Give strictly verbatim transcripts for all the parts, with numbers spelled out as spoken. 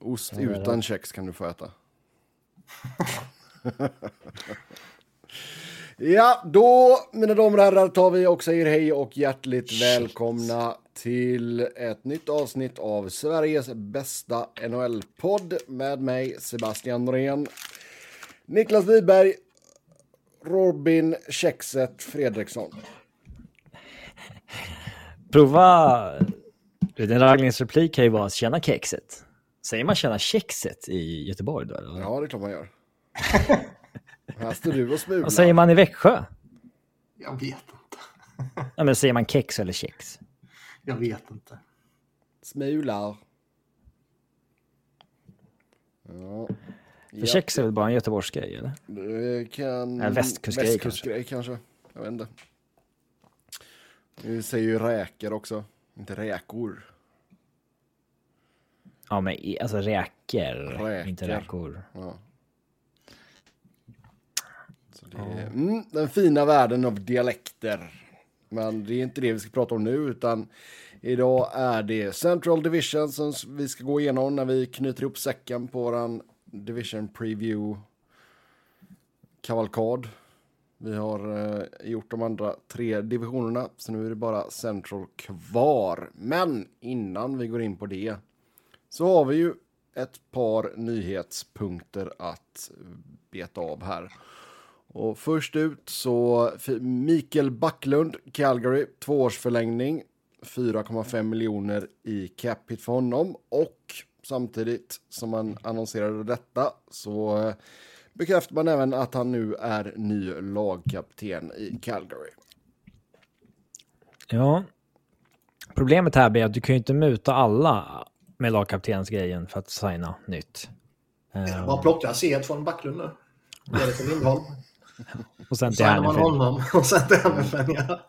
Ost ja, utan kex kan du få äta. Ja, då mina damer och herrar tar vi också er hej och hjärtligt Shit. välkomna till ett nytt avsnitt av Sveriges bästa N H L-podd med mig Sebastian Norén, Niklas Wiberg, Robin Kexet Fredriksson. Prova, din raggningsreplik kan ju vara tjena Kexet. Säger man tjena Kexet i Göteborg då? Eller? Ja, det är klart man gör. Här står du och smular. Vad säger man i Växjö? Jag vet inte. Ja, men säger man kex eller kex? Jag vet inte. Smular. Ja. För kex är väl bara en göteborgsgrej, eller? Det kan... Ja, västkustgrej, västkustgrej kanske. kanske. Jag vet inte. Vi säger ju räkor också. Inte räkor. Ja, men alltså räkor. Räkor. Inte räkor. Ja. Så det är mm, den fina världen av dialekter. Men det är inte det vi ska prata om nu, utan idag är det Central Division som vi ska gå igenom när vi knyter ihop säcken på våran Division Preview kavalkad. Vi har eh, gjort de andra tre divisionerna, så nu är det bara Central kvar. Men innan vi går in på det så har vi ju ett par nyhetspunkter att beta av här. Och först ut så Mikael Backlund, Calgary, tvåårsförlängning, fyra komma fem miljoner i cap hit för honom. Och samtidigt som man annonserade detta så bekräftar man även att han nu är ny lagkapten i Calgary. Ja, problemet här blir att du kan ju inte muta alla med lagkaptensgrejen för att signa nytt. Man plockar C från Backlund nu. Det är det till Lindholm. Och sen till man honom och sen till Hernefeld.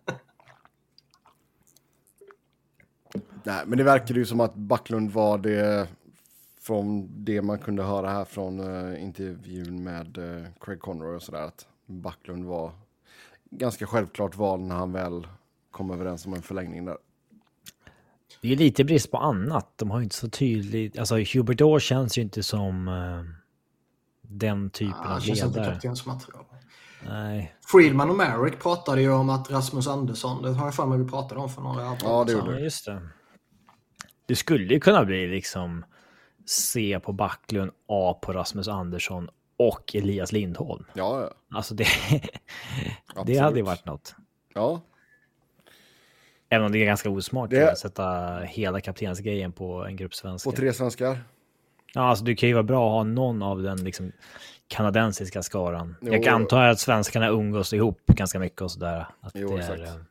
Nej, men det verkar ju som att Backlund var det, från det man kunde höra här från uh, intervjun med uh, Craig Conroy och sådär, att Backlund var ganska självklart val när han väl kom överens om en förlängning där. Det är lite brist på annat. De har ju inte så tydligt... Alltså Hubert Orr känns ju inte som uh, den typen ah, av ledare. Inte kaptensmaterial. Nej. Friedman och Merrick pratade ju om att Rasmus Andersson, det har jag för mig vi pratade om för några år. Ja, det gjorde ja, just det. Det skulle ju kunna bli liksom C på Backlund, A på Rasmus Andersson och Elias Lindholm. Ja, ja. Alltså det, det hade ju varit något. Ja. Även om det är ganska osmart det... att sätta hela kaptensgrejen på en grupp svenskar. På tre svenskar. Ja, alltså du kan ju vara bra att ha någon av den liksom kanadensiska skaran. Jo. Jag kan anta att svenskarna umgås ihop ganska mycket och sådär. Att jo, det exakt. Är,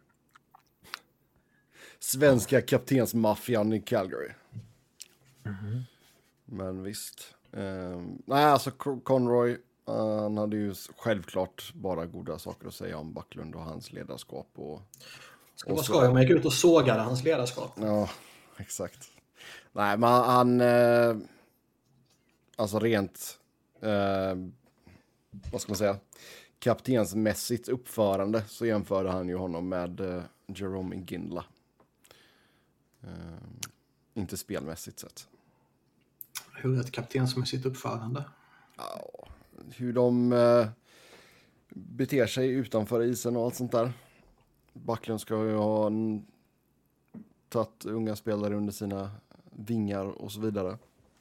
svenska kaptensmaffian i Calgary. Mm-hmm. Men visst. Um, nej, alltså Conroy, uh, han hade ju självklart bara goda saker att säga om Backlund och hans ledarskap. Och, Ska vara skoj om jag gick ut och sågade hans ledarskap. Ja, exakt. Nej, men han... Uh, alltså rent... Uh, vad ska man säga? Kaptensmässigt uppförande så jämförde han ju honom med uh, Jerome Iginla. Uh, inte spelmässigt sett. Hur är ett kaptensmässigt uppförande? Ja, hur de uh, beter sig utanför isen och allt sånt där. Backlund ska ju ha en, tagit unga spelare under sina vingar och så vidare.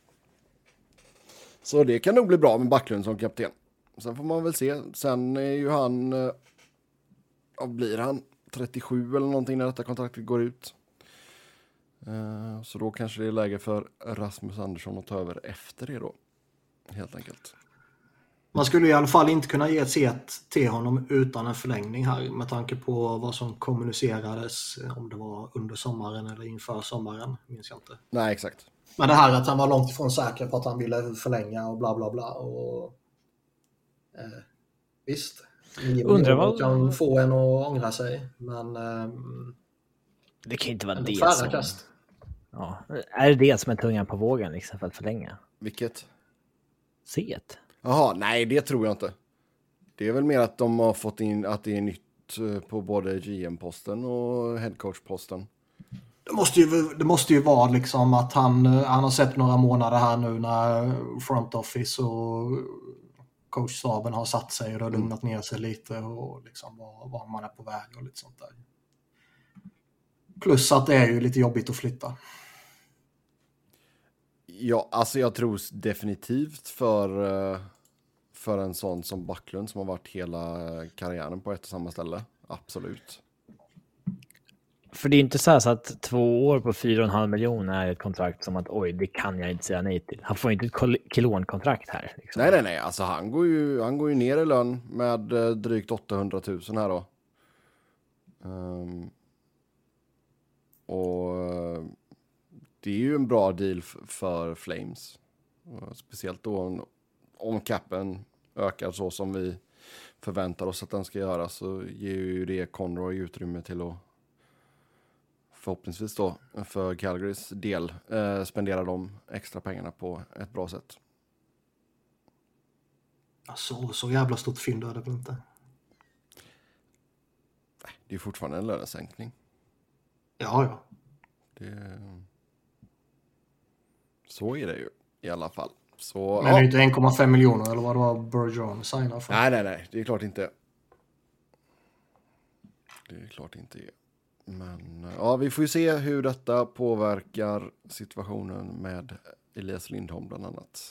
Så det kan nog bli bra med Backlund som kapten. Sen får man väl se. Sen är ju han... Vad blir han? trettiosju eller någonting när detta kontraktet går ut. Så då kanske det är läge för Rasmus Andersson att ta över efter det då. Helt enkelt. Man skulle i alla fall inte kunna ge ett set till honom utan en förlängning här. Med tanke på vad som kommunicerades. Om det var under sommaren eller inför sommaren. Minns jag inte. Nej, exakt. Men det här att han var långt ifrån säker på att han ville förlänga och bla bla bla. Och, eh, visst. Undrar vad... kan få en att ångra sig. Men... Eh, det kan inte vara det som... Kast. Ja. Är det det som är tungan på vågen liksom, för att förlänga? Vilket? Set. Jaha, nej det tror jag inte. Det är väl mer att de har fått in att det är nytt på både G M-posten och headcoach-posten. Det måste ju, det måste ju vara liksom att han, han har sett några månader här nu när front office och coachstaben har satt sig och det har lugnat ner sig lite och liksom var, var man är på väg och lite sånt där. Plus att det är ju lite jobbigt att flytta. Ja, alltså jag tror definitivt för, för en sån som Backlund som har varit hela karriären på ett och samma ställe. Absolut. För det är inte så här så att två år på fyra och en halv miljon är ett kontrakt som att oj, det kan jag inte säga nej till. Han får inte ett kilonkontrakt här. Liksom. Nej, nej, nej. Alltså han går ju, han går ju ner i lön med drygt åttahundratusen här då. Um, och det är ju en bra deal f- för Flames. Och speciellt då om, om capen ökar så som vi förväntar oss att den ska göra, så ger ju det Conroy utrymme till att förhoppningsvis då för Calgarys del eh, spendera de extra pengarna på ett bra sätt. Alltså, så jävla stort fynd är det väl inte? Det är fortfarande en lönesänkning. Ja, ja. Det... Så är det ju i alla fall. Så, men ja. det är inte en komma fem miljoner eller vad det var Bergeron signar för. Nej, nej, nej. Det är klart inte. Det är klart inte. Men ja, vi får ju se hur detta påverkar situationen med Elias Lindholm bland annat.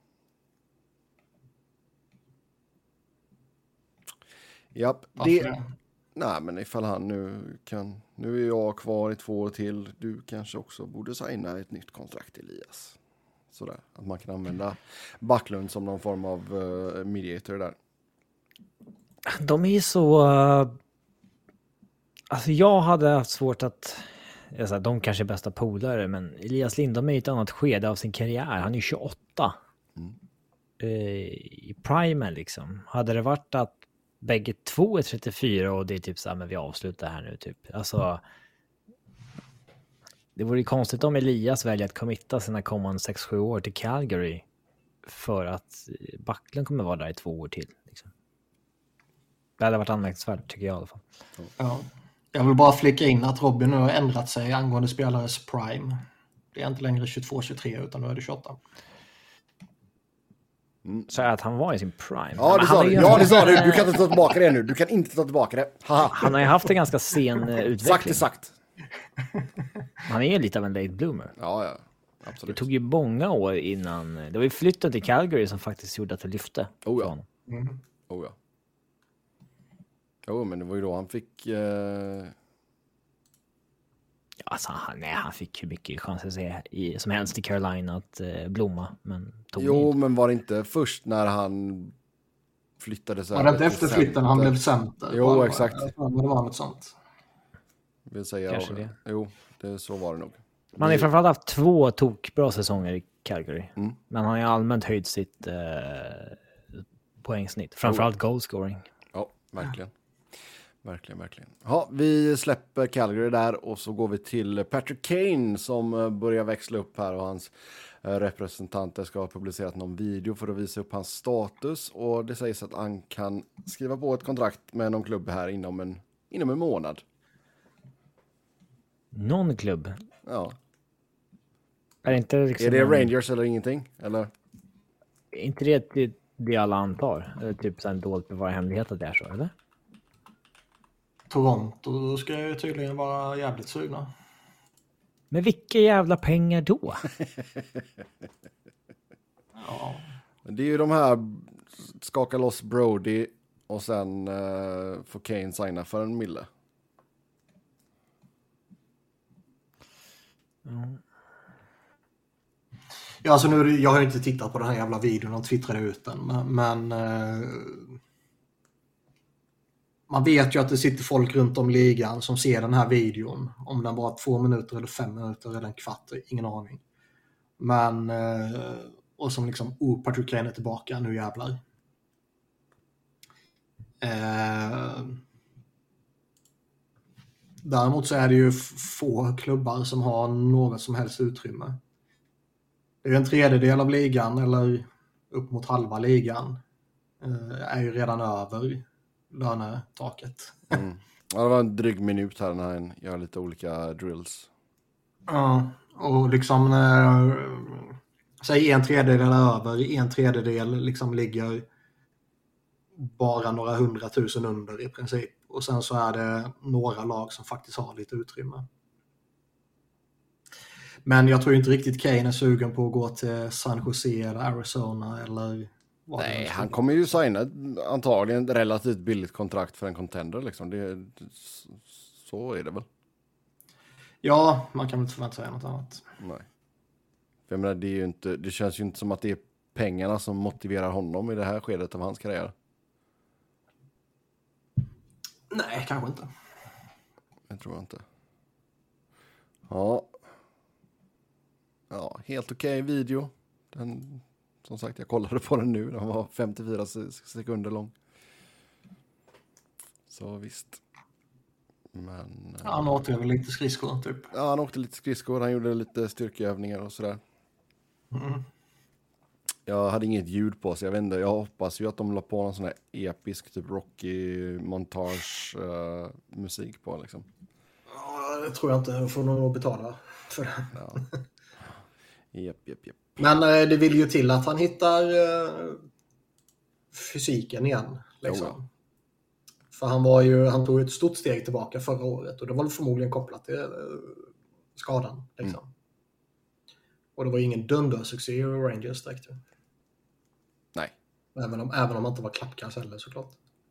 Japp, det... det? Nej, men ifall han nu kan... Nu är jag kvar i två år till. Du kanske också borde signa ett nytt kontrakt, Elias. Sådär, att man kan använda Backlund som någon form av uh, mediator där. De är ju så... Uh... Alltså jag hade haft svårt att... Alltså, de kanske är bästa polare, men Elias Lindholm är i ett annat skede av sin karriär. Han är tjugoåtta. Mm. Uh, I primen liksom. Hade det varit att bägge två är trettiofyra och det är typ så här, men vi avslutar här nu typ. Alltså... Det vore ju konstigt om Elias väljer att committa sina kommande sex sju år till Calgary för att Backlund kommer vara där i två år till. Liksom. Det hade varit anmärkningsvärt tycker jag i alla fall. Ja. Jag vill bara flicka in att Robin nu har ändrat sig angående spelares prime. Det är inte längre tjugotvå tjugotre utan nu är det tjugoåtta. Mm. Så att han var i sin prime. Ja, det sa du. Ja, det sa du. Du kan inte ta tillbaka det nu. Du kan inte ta tillbaka det. Haha. Han har ju haft en ganska sen utveckling. Sagt är sagt. Han är ju lite av en late bloomer. Ja, ja. Absolut. Det tog ju många år innan... Det var ju flytten till Calgary som faktiskt gjorde att det lyfte. Oh ja. Mm. Oh ja. Jo, men det var ju då han fick... Eh... Ja, alltså, han, nej, han fick hur mycket chanser se, i, som helst i Carolina att eh, blomma. Men tog jo, men var det inte först när han flyttade så här? Var det inte efter flytten han blev center? Jo, var, exakt. Det var något sånt. Vill säga, kanske det. Jo, det, så var det nog. Man har ju framförallt haft två tokbra säsonger i Calgary. Mm. Men han har ju allmänt höjt sitt eh, poängsnitt. Framförallt goal scoring. Ja, verkligen. Verkligen, verkligen. Ja, vi släpper Calgary där och så går vi till Patrick Kane som börjar växla upp här och hans representanter ska ha publicerat någon video för att visa upp hans status och det sägs att han kan skriva på ett kontrakt med någon klubb här inom en, inom en månad. Någon klubb? Ja. Är det, inte liksom är det en... Rangers eller ingenting? Eller? Är inte det det, det alla antar? Eller typ så en dolt bevara hemlighet att det är så, eller? Toronto ska ju tydligen vara jävligt sugna. Men vilka jävla pengar då? Ja. Det är ju de här skaka loss Brody och sen uh, får Kane signa för en mille. Mm. Ja, alltså nu, jag har inte tittat på den här jävla videon och twittrade ut den, men, men uh, man vet ju att det sitter folk runt om ligan som ser den här videon. Om den var två minuter eller fem minuter eller en kvart, ingen aning. Men, uh, och som liksom, oh, Patrick Kane är tillbaka, nu jävlar. Uh, däremot så är det ju få klubbar som har något som helst utrymme. Det är ju en tredjedel av ligan, eller upp mot halva ligan, uh, är ju redan över lönetaket. Mm. Ja, det var en dryg minut här när han gör lite olika drills. Ja, och liksom eh, säg en tredjedel över, en tredjedel liksom ligger bara några hundratusen under i princip. Och sen så är det några lag som faktiskt har lite utrymme. Men jag tror inte riktigt Kane är sugen på att gå till San Jose eller Arizona eller vad det Nej, nu ska han vara. kommer ju signa ett, antagligen ett relativt billigt kontrakt för en contender liksom. Det, så är det väl. Ja, man kan väl inte förvänta sig något annat. Nej. För jag menar, det är ju inte, det känns ju inte som att det är pengarna som motiverar honom i det här skedet av hans karriär. Nej, kanske inte. Det tror jag inte. Ja. Ja, helt okej video. Den, som sagt, jag kollade på den nu. Den var femtiofyra sekunder lång. Så visst. Men... Ja, han åkte väl lite skridskor typ. Ja, han åkte lite skridskor. Han gjorde lite styrkeövningar och sådär. Mm. Jag hade inget ljud på så jag vet inte. Jag hoppas ju att de la på någon sån här episk typ Rocky montage uh, musik på liksom. Ja, det tror jag inte. Jag får nog betala för det. Ja. Japp, japp, japp. Men eh, det vill ju till att han hittar eh, fysiken igen. Liksom. Jo, ja. För han var ju, han tog ett stort steg tillbaka förra året och det var förmodligen kopplat till eh, skadan. Liksom. Mm. Och det var ingen dundersuccé i Rangers direkt. Nej. Även om, även om man inte var klappkass heller såklart.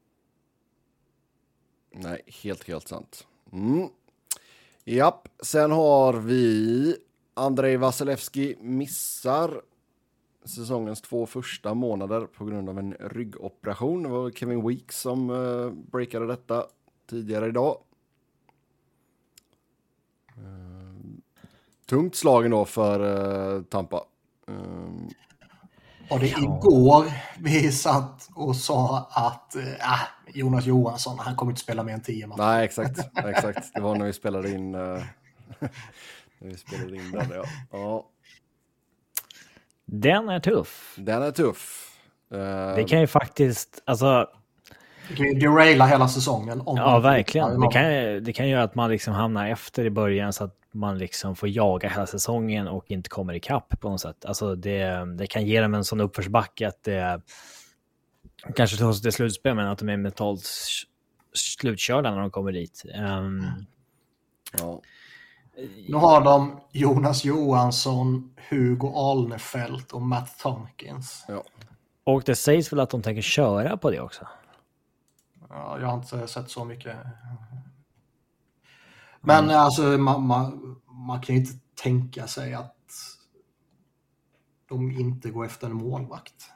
Nej, helt, helt sant. Mm. Japp, sen har vi Andrei Vasilevski missar säsongens två första månader på grund av en ryggoperation. Det var Kevin Weeks som uh, breakade detta tidigare idag. Uh, tungt slagen då för uh, Tampa. Uh, och det igår vi satt och sa att uh, Jonas Johansson, han kommer inte spela mer än tio matcher. Nej, exakt. exakt. Det var när vi spelade in uh, när vi spelade in den, ja. ja. Den är tuff. Den är tuff. Uh, det kan ju faktiskt, alltså... Det kan ju deraila hela säsongen. Om ja, verkligen. Det kan, det kan göra att man liksom hamnar efter i början så att man liksom får jaga hela säsongen och inte kommer ikapp på något sätt. Alltså det, det kan ge dem en sån uppförsbacke att det kanske tar sig till slutspel, men att de är mentalt slutkörda när de kommer dit. Um, ja. Nu har de Jonas Johansson, Hugo Alnefelt och Matt Tompkins. Ja. Och det sägs väl att de tänker köra på det också. Ja, jag har inte sett så mycket. Men mm. alltså man, man, man kan ju inte tänka sig att de inte går efter en målvakt.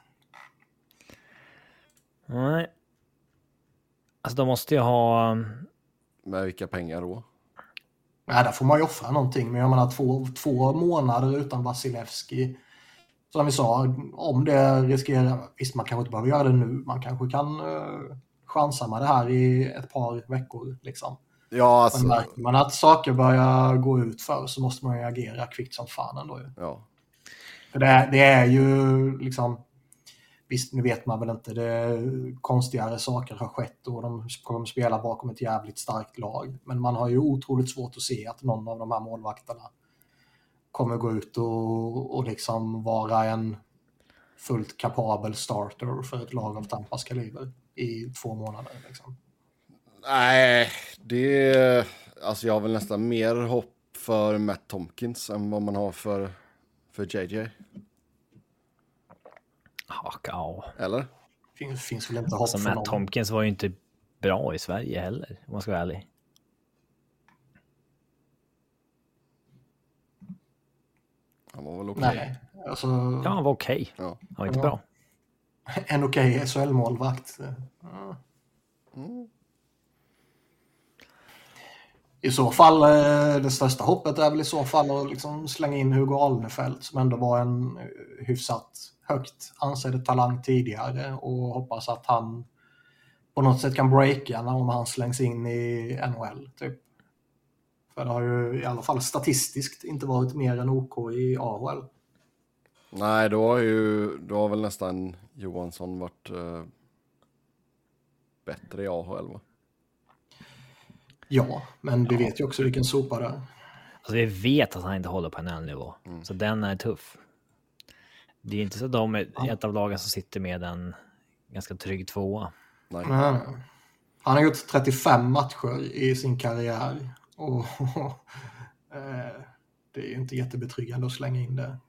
Nej. Alltså de måste ju ha... Med vilka pengar då? Nej, där får man ju offra någonting. Men jag menar två, två månader utan Vasilevski. Som vi sa, om det riskerar... Visst, man kanske inte behöver göra det nu. Man kanske kan uh, chansa med det här i ett par veckor. Liksom. Ja, alltså... Men märker man att saker börjar gå ut för så måste man ju agera kvickt som fan ändå. Ju. Ja. För det, det är ju liksom... Visst, nu vet man väl inte. Det konstigare saker har skett och de kommer spela bakom ett jävligt starkt lag. Men man har ju otroligt svårt att se att någon av de här målvakterna kommer gå ut och, och liksom vara en fullt kapabel starter för ett lag av Tampas kaliber i två månader. Liksom. Nej, det... Alltså jag har väl nästan mer hopp för Matt Tompkins än vad man har för, för J J. Ja. Eller? Finns, finns väl inte hopp alltså, för Matt någon. Tompkins var ju inte bra i Sverige heller, om man ska vara ärlig. Han var väl okej. Nej, alltså... Ja, han var okej. Ja. Han var inte Ja. bra. En okej S H L-målvakt. Ja. Mm. I så fall, det största hoppet är väl i så fall att liksom slänga in Hugo Alnefelt som ändå var en hyfsat högt ansedd talang tidigare och hoppas att han på något sätt kan breaka när om han slängs in i N H L typ. För det har ju i alla fall statistiskt inte varit mer än OK i A H L. Nej, då har ju då har väl nästan Johansson varit uh, bättre i A H L, va? Ja, men vi ja. vet ju också vilken sopa det är. Alltså vi vet att han inte håller på en N L-nivå. Mm. Så den är tuff. Det är inte så att de är ett av lagen som sitter med en ganska trygg tvåa. Nej. Nej. Han har gjort trettiofem matcher i sin karriär. Och eh, det är ju inte jättebetryggande att slänga in det.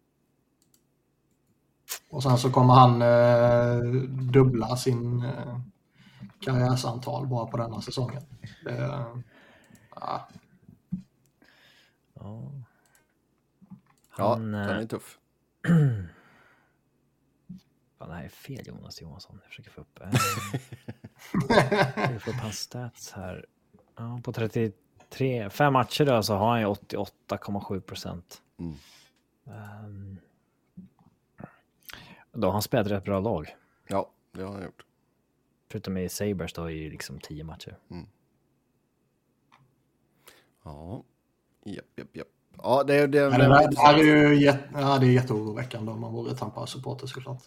Och sen så kommer han eh, dubbla sin eh, karriärsantal bara på denna säsongen. Det, eh, ja. Ja, han, ja, den är tuff. Fan, det här är fel, Jonas Johansson. Jag försöker få upp, äh, jag försöker få upp hans stats här. Ja, på trettiotre, fem matcher då, så har han ju åttioåtta komma sju procent. Mm. Um, då har han spelat rätt bra lag. Ja, det har han gjort. Förutom i Sabres då är ju liksom tio matcher. Mm. Ja, japp, japp, japp. Ja, det, det, ja, det, det, det är ju jätte, ja, det är jätteoroväckande om man vore Tampa-supporter såklart.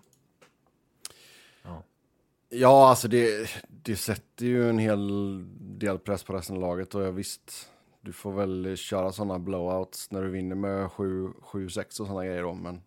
Ja, ja alltså det, det sätter ju en hel del press på resten av laget och jag visst, du får väl köra sådana blowouts när du vinner med sju sex och sådana grejer då, men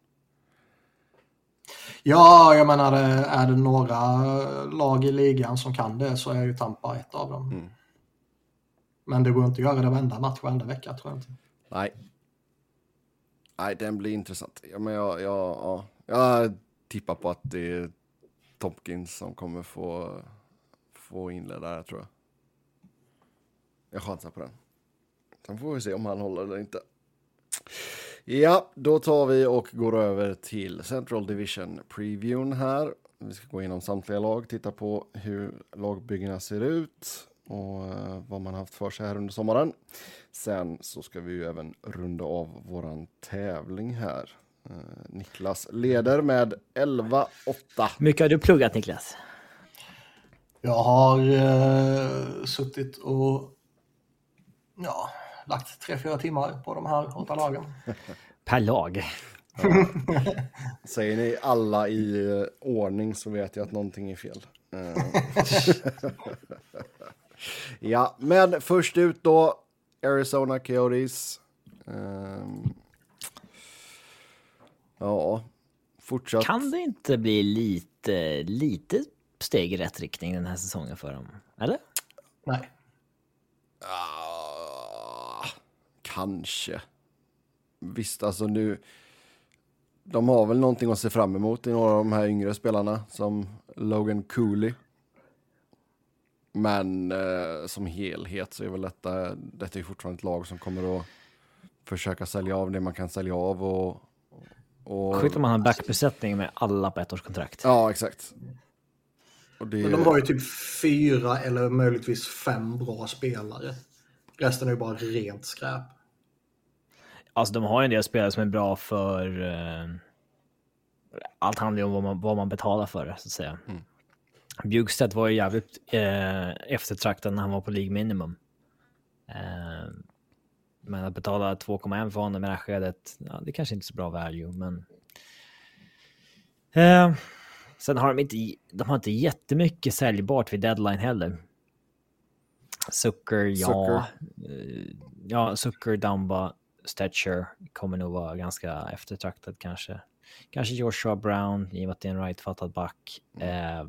ja, jag menar, är det några lag i ligan som kan det så är ju Tampa ett av dem. Mm. Men det går inte att göra det varenda match, varenda vecka, tror jag inte. Nej. Nej, den blir intressant. Ja, men jag, jag, ja, jag tippar på att det är Tompkins som kommer få, få inleda där, tror jag. Jag chansar på den. Sen får vi se om han håller eller inte. Ja, då tar vi och går över till Central Division Previewn här. Vi ska gå igenom samtliga lag, titta på hur lagbyggena ser ut och uh, vad man haft för sig här under sommaren. Sen så ska vi ju även runda av våran tävling här. Uh, Niklas leder med elva åtta. Mycket har du pluggat, Niklas? Jag har uh, suttit och ja, lagt tre, fyra timmar på de här åtta lagen. Per lag. Ja. Säger ni alla i uh, ordning så vet jag att någonting är fel. Uh. Ja, men först ut då Arizona Coyotes. Um, ja, fortsatt. Kan det inte bli lite, lite steg i rätt riktning den här säsongen för dem? Eller? Nej. Uh, kanske. Visst, alltså nu de har väl någonting att se fram emot i några av de här yngre spelarna som Logan Cooley. Men eh, som helhet så är väl detta, detta är fortfarande ett lag som kommer att försöka sälja av det man kan sälja av. Och, och... Sjukt om man har en backbesättning med alla på ett års kontrakt. Ja, exakt. Och det... Men de har ju typ fyra eller möjligtvis fem bra spelare. Resten är ju bara rent skräp. Alltså de har en del spelare som är bra för... Uh... Allt handlar ju om vad man, vad man betalar för det, så att säga. Mm. Bjugstedt var ju jävligt eh, eftertraktad när han var på League Minimum. Eh, men att betala två komma ett för honom i det här skedet, ja, det kanske inte är så bra value, men eh, sen har de inte, de har inte jättemycket säljbart vid deadline heller. Zucker, ja. Eh, ja, Zucker, Dumba, Stetcher kommer nog vara ganska eftertraktad kanske. Kanske Joshua Brown, i och med att det är en right-fattad back. Eh,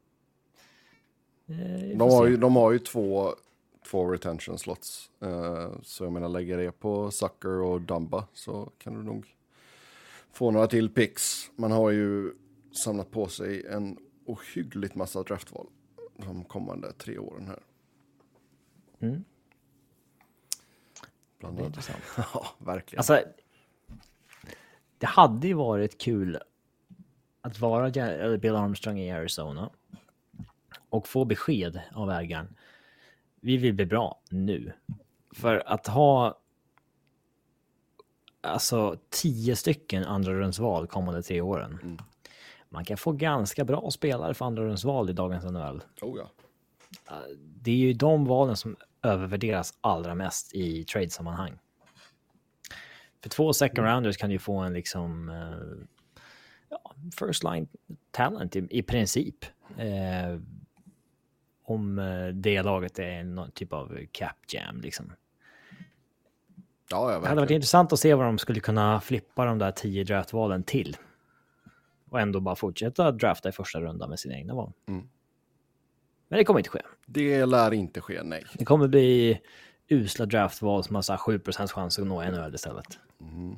De har, ju, de har ju två, två retention slots. Uh, så jag menar, lägger det på Zucker och Dumba så kan du nog få några till picks. Man har ju samlat på sig en ohyggligt massa draftval de kommande tre åren här. Mm. Bland det är intressant. Ja, verkligen. Alltså, det hade ju varit kul att vara Bill Armstrong i Arizona och få besked av ägaren. Vi vill bli bra nu. För att ha alltså tio stycken andra rundsval kommande tre åren. Mm. Man kan få ganska bra spelare för andra rundsval i dagens N H L. Oh ja. Det är ju de valen som övervärderas allra mest i trade-sammanhang. För två second rounders kan du få en liksom uh, ja, first line talent i, i princip. Uh, om uh, det laget är någon typ av cap jam liksom. Ja, ja, det hade varit intressant att se vad de skulle kunna flippa de där tio draftvalen till. Och ändå bara fortsätta drafta i första rundan med sina egna val. Mm. Men det kommer inte ske. Det lär inte ske, nej. Det kommer bli usla draftval som har så här sju procent chans att nå N H L istället. Mm.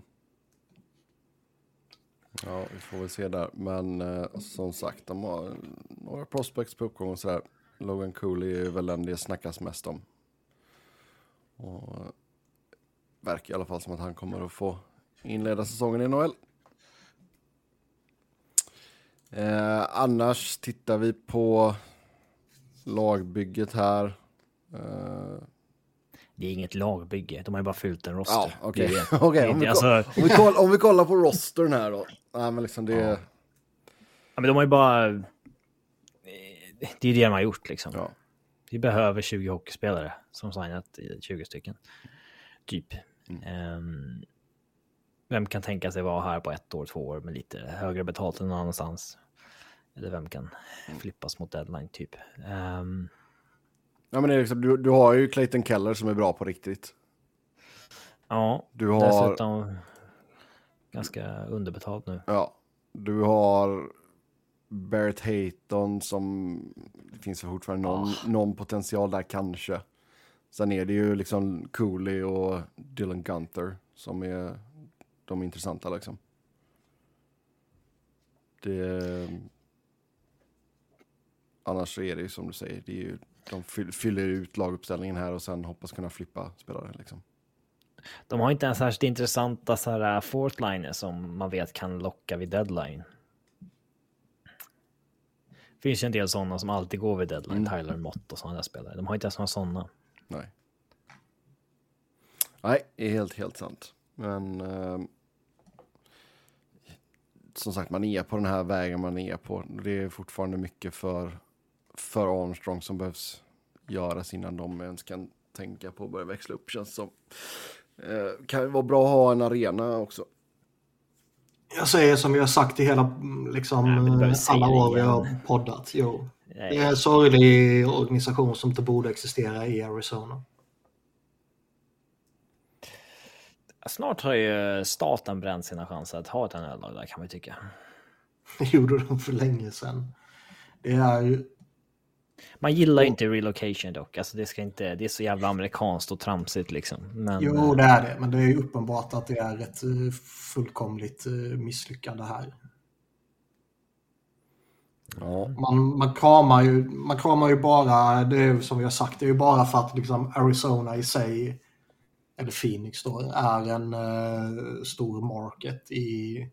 Ja, vi får väl se där. Men eh, som sagt, de har några prospects på uppgång och sådär. Logan Cooley är väl den det snackas mest om. Och eh, verkar i alla fall som att han kommer att få inleda säsongen i N H L. Eh, annars tittar vi på lagbygget här. Eh, Det är inget lagbygge, de har ju bara fyllt en roster. ja, okej. Det är- Okej, om, vi alltså- koll- om, vi koll- om vi kollar på rostern här då. Nej, men liksom det... Ja. Ja, men de har ju bara... Det är det de har gjort liksom. Ja. Vi behöver tjugo hockeyspelare som signat i tjugo stycken. Typ. Mm. Ehm, vem kan tänka sig vara här på ett år, två år med lite högre betalt än någon annanstans? Eller vem kan Mm. flippas mot deadline typ? Ehm, Ja, men det är liksom, du, du har ju Clayton Keller som är bra på riktigt. ja, Du har... dessutom ganska underbetalt nu. Ja, du har Barrett Hayton som det finns fortfarande någon, Ah. någon potential där kanske. Sen är det ju liksom Cooley och Dylan Gunther som är de intressanta liksom. Det, annars är det ju som du säger, det är ju, de fyller ut laguppställningen här och sen hoppas kunna flippa spelare liksom. De har inte en särskilt intressanta så här fourth liners som man vet kan locka vid deadline. Det finns ju en del sådana som alltid går vid deadline. Mm. Tyler Mott och sådana där spelare. De har inte ens några sådana. Nej. Nej, det är helt, helt sant. Men eh, som sagt, man är på den här vägen man är på. Det är fortfarande mycket för, för Armstrong som behövs göras innan de ens kan tänka på att börja växla upp, känns som. Eh, kan ju vara bra att ha en arena också. Jag säger som vi har sagt i hela liksom, Nej, men du behöver säga alla det år vi igen. har poddat. Jo. Nej. Det är en sorglig organisation som inte borde existera i Arizona. Snart har ju staten bränt sina chanser att ha ett N H L-lag där, kan man tycka. Det gjorde de för länge sedan. Det är ju... Man gillar ju inte relocation dock. Alltså det, ska inte, det är så jävla amerikanskt och tramsigt liksom. Men, Jo, det är det. Men det är ju uppenbart att det är ett eh, fullkomligt eh, misslyckande här. Ja. Man, man, kramar ju, man kramar ju bara, det är som vi har sagt, det är ju bara för att liksom Arizona i sig, eller Phoenix då, är en uh, stor market i,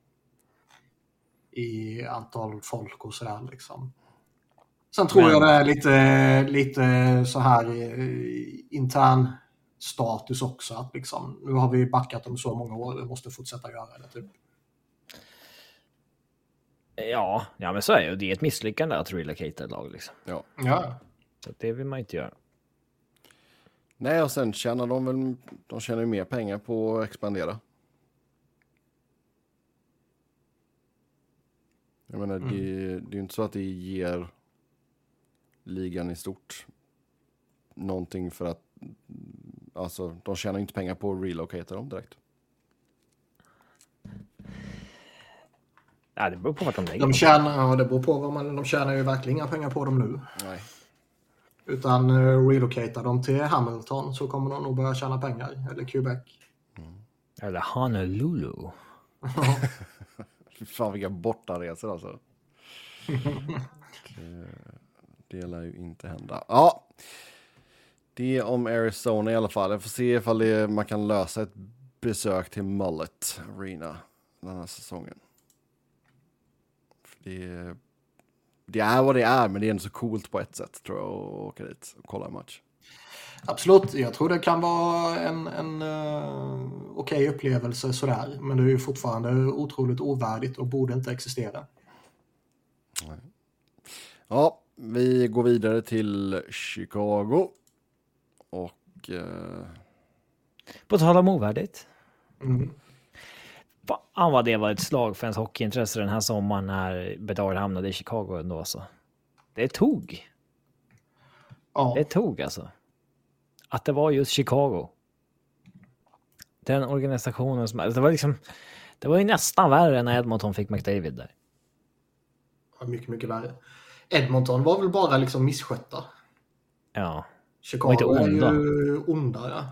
i antal folk och sådär liksom. Sen tror Men- jag det är lite, lite så här uh, intern status också, att liksom, nu har vi backat om så många år, vi måste fortsätta göra det typ. Ja, ja, men så är det ju. Det är ett misslyckande att relocata ett lag liksom. Ja. Ja. Så att det vill man inte göra. Nej, och sen tjänar de väl, de tjänar ju mer pengar på att expandera. Jag menar, Mm. det, det är ju inte så att det ger ligan i stort någonting för att, alltså, de tjänar inte pengar på att relocata dem direkt. Ja, det beror på vart de lägger. De tjänar, ja, det beror på vad man, de tjänar ju verkligen inga pengar på dem nu. Nej. Utan uh, relocata dem till Hamilton så kommer de nog börja tjäna pengar. Eller Quebec. Eller Honolulu. Fan, vilka bortaresor alltså. det, det lär ju inte hända. Ja, det är om Arizona i alla fall. Jag får se ifall det, man kan lösa ett besök till Mullet Arena den här säsongen. För det, det är vad det är, men det är ändå så coolt på ett sätt tror jag att åka dit och kolla en match. Absolut, jag tror det kan vara en, en uh, okej upplevelse sådär. Men det är ju fortfarande otroligt ovärdigt och borde inte existera. Nej. Ja, vi går vidare till Chicago. Och... Eh, På tal om ovärdigt. Mm. Fan vad det var ett slag för ens hockeyintresse den här sommaren när Bedard hamnade i Chicago ändå så. Det tog. Ja. Det tog alltså. Att det var just Chicago. den organisationen som... Det var liksom... Det var ju nästan värre när Edmonton fick McDavid där. Ja, mycket, mycket värre. Edmonton var väl bara liksom misskötta. Ja. Chicago inte onda. Är ju onda, ja.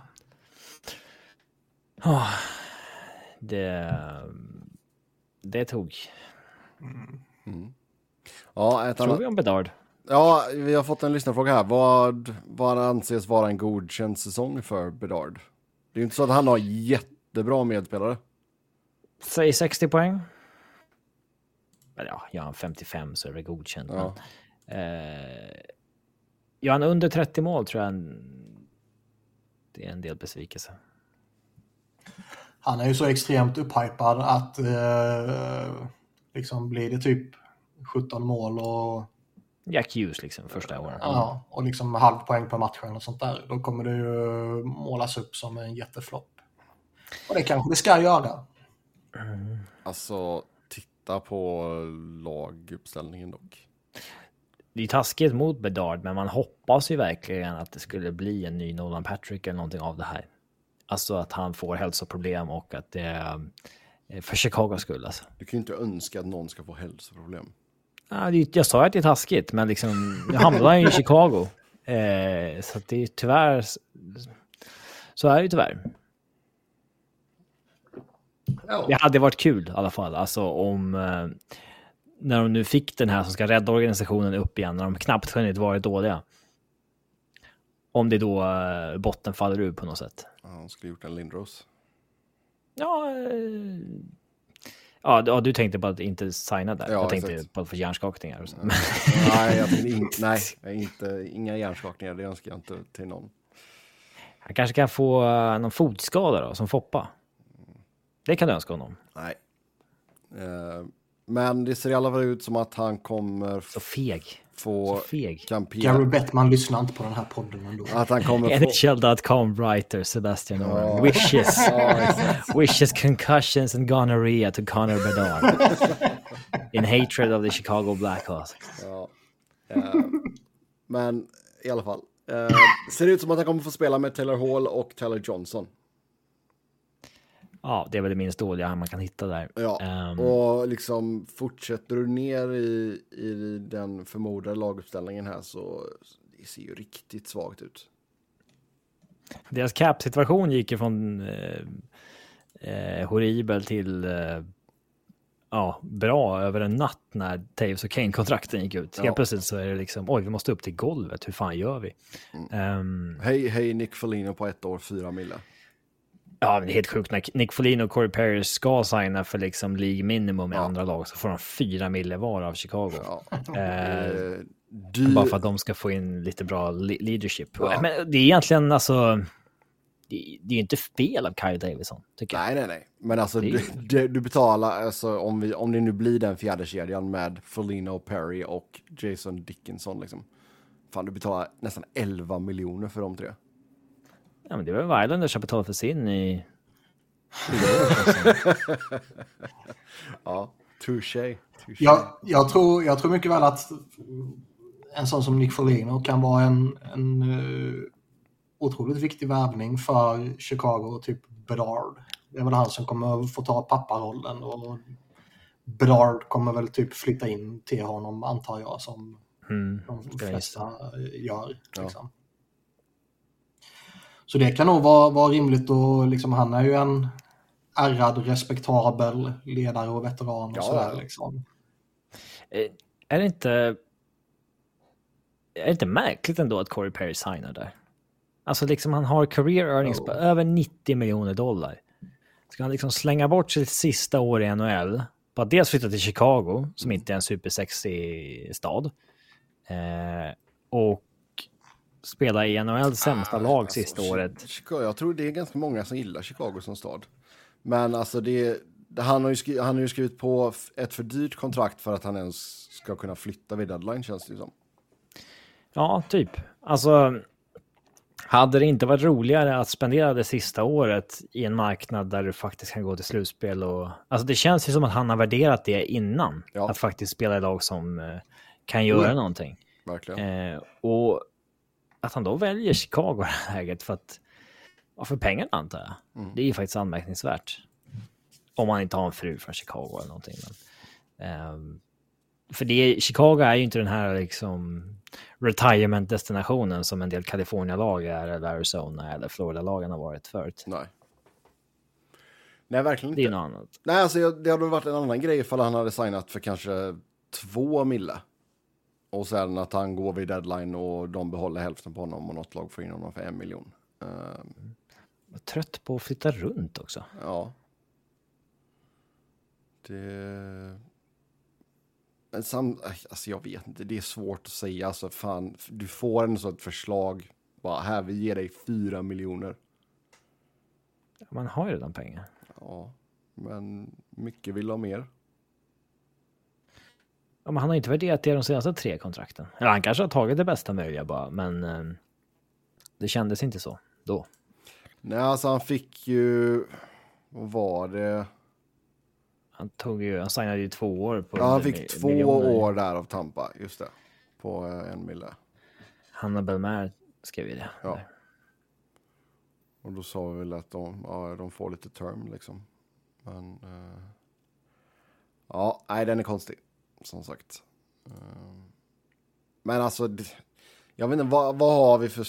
Oh, det... Det tog. Mm. Mm. Ja, ett Tror annat... vi om Bedard? Ja, vi har fått en lyssnarfråga här. Vad, vad anses vara en godkänd säsong för Bedard? Det är ju inte så att han har jättebra medspelare. Säg sextio poäng. Ja, jag har femtiofem så är det godkänt. Ja. Men, eh, jag har under trettio mål tror jag. En, det är en del besvikelse. Han är ju så extremt upphypad att eh, liksom blir det typ sjutton mål och Jack Hughes liksom första året. Ja, och liksom halv poäng per match och sånt där. Då kommer det ju målas upp som en jätteflopp. Och det kanske det ska göra. Mm. Alltså, titta på laguppställningen dock. Det är taskigt mot Bedard, men man hoppas ju verkligen att det skulle bli en ny Nolan Patrick eller någonting av det här. Alltså att han får hälsoproblem och att det är för Chicago skull. Alltså. Du kan ju inte önska att någon ska få hälsoproblem. Ja, det, jag sa att det är taskigt, men liksom, nu hamnar han ju i Chicago. Eh, så att det är tyvärr... Så är det ju tyvärr. Ja. Det hade varit kul i alla fall. Alltså om... Eh, när de nu fick den här som ska rädda organisationen upp igen, när de knappt kunnat varit dåliga. Om det då eh, botten faller ur på något sätt. Ja, de skulle gjort en Lindros. Ja... Eh, Ja, du, ja, du tänkte på att inte signa där. Ja, jag tänkte exakt. På att få hjärnskakningar. Och så. Nej, jag tänkte in, nej inte, inga hjärnskakningar. Det önskar jag inte till någon. Han kanske kan få uh, någon fotskada då, som Foppa. Det kan du önska honom. Nej. Uh, men det ser i alla fall ut som att han kommer... Så feg. Få Så feg. Kampera. Gary Bettman lyssnar inte på den här podden ändå. Att han kommer få... N H L dot com writer Sebastian Orr. Ja. Wishes. Ja, wishes concussions and gonorrhea to Connor Bedard. In hatred of the Chicago Blackhawks. Ja. Uh, men i alla fall. Uh, ser det ut som att han kommer få spela med Taylor Hall och Tyler Johnson. Ja, det är väl det minst dåliga man kan hitta där. Ja, um, och liksom fortsätter du ner i, i den förmodade laguppställningen här så det ser ju riktigt svagt ut. Deras cap-situation gick ju från eh, eh, horribel till eh, ja, bra över en natt när Taves och Kane-kontrakten gick ut. Ja. Helt plötsligt så är det liksom, oj, vi måste upp till golvet. Hur fan gör vi? Mm. Um, hej, hej Nick Foligno på ett år, fyra mille. Ja, det är helt sjukt. När Nick Foligno och Corey Perry ska signa för liksom League minimum i ja. andra lag så får de fyra mille var av Chicago. Ja. Eh, du... Bara för att de ska få in lite bra leadership. Ja. Men det är egentligen alltså... Det, det är ju inte fel av Kyle Davidson, tycker nej, jag. Nej, nej, Men alltså du, du, du betalar, alltså om, vi, om det nu blir den fjärde kedjan med Foligno, Perry och Jason Dickinson liksom. Fan, du betalar nästan elva miljoner för de tre. Ja, men det var väl Islanders som betalade för sin i... ja, touché. touché. Jag, jag, tror, jag tror mycket väl att en sån som Nick Foligno kan vara en, en uh, otroligt viktig värvning för Chicago och typ Bedard. Det är väl han som kommer få ta papparollen och Bedard kommer väl typ flytta in till honom, antar jag, som mm, de flesta gör. Liksom. Ja. Så det kan nog vara, vara rimligt och liksom, han är ju en ärrad, respektabel ledare och veteran och ja. sådär liksom. Är det inte är det inte märkligt ändå att Corey Perry signar där? Alltså liksom han har career earnings oh. på över nittio miljoner dollar. Ska han liksom slänga bort sitt sista år i N H L på att dels flytta till Chicago som inte är en supersexig stad eh, och spela i N H L:s sämsta ah, lag alltså, sista året. Chicago, jag tror det är ganska många som gillar Chicago som stad. Men alltså det, det han, har ju skrivit, han har ju skrivit på ett för dyrt kontrakt för att han ens ska kunna flytta vid deadline, känns det som. Ja, typ. Alltså hade det inte varit roligare att spendera det sista året i en marknad där du faktiskt kan gå till slutspel och alltså det känns ju som att han har värderat det innan ja. att faktiskt spela i lag som eh, kan göra mm. någonting. Verkligen. Eh, och att han då väljer Chicago i det här läget för att Ja, för pengarna antar jag. Mm. Det är ju faktiskt anmärkningsvärt. Om man inte har en fru från Chicago eller någonting. Men, um, för det, Chicago är ju inte den här liksom retirement-destinationen som en del California-lag är, eller Arizona eller Florida-lagen har varit förut. Nej. Nej, verkligen inte. Det är något annat. Nej, alltså det hade varit en annan grej ifall han hade signat för kanske två mille. Och sen att han går vid deadline och de behåller hälften på honom och något lag får in honom för en miljon. Um, Jag är trött på att flytta runt också. Ja. Det... Men sam... Alltså jag vet inte, det är svårt att säga. Alltså fan, du får en sån ett förslag. Bara här, vi ger dig fyra miljoner. Man har ju redan pengar. Ja, men mycket vill ha mer. Ja, men han har inte värderat det de senaste tre kontrakten. Eller han kanske har tagit det bästa möjliga bara, men eh, det kändes inte så då. Nej, alltså han fick ju... Vad var det? Han tog ju, han signade ju två år på... Ja, han fick två miljoner. år där av Tampa, just det. På en mille. Hanna Belmar skrev ju det. Ja. Där. Och då sa vi väl att de, ja, de får lite term liksom. Men... Uh... Ja, nej, den är konstig. Som sagt. Uh... Men alltså... Det... Jag vet inte, vad, vad har vi för...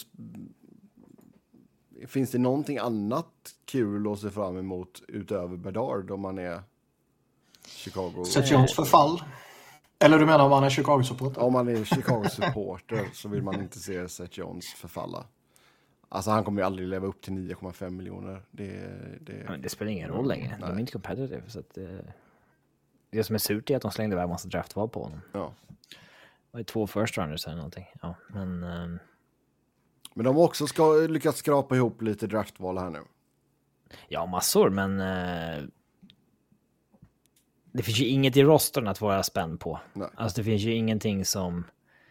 Finns det någonting annat kul att se fram emot utöver Bedard om man är Chicago? Seth Jones förfall. Eller du menar om man är Chicago-supporter? Om man är Chicago-supporter så vill man inte se Seth Jones förfalla. Alltså han kommer ju aldrig leva upp till nio komma fem miljoner. Det, det... Men det spelar ingen roll längre. Nej. De är inte competitive. Så att det... det som är surt är att de slängde iväg en massa draftval på honom. Ja. Det är två first runners eller någonting. Ja, men... Um... Men de har också ska, lyckats skrapa ihop lite draftval här nu. Ja, massor, men uh... det finns ju inget i rostern att vara spänd på. Nej. Alltså det finns ju ingenting som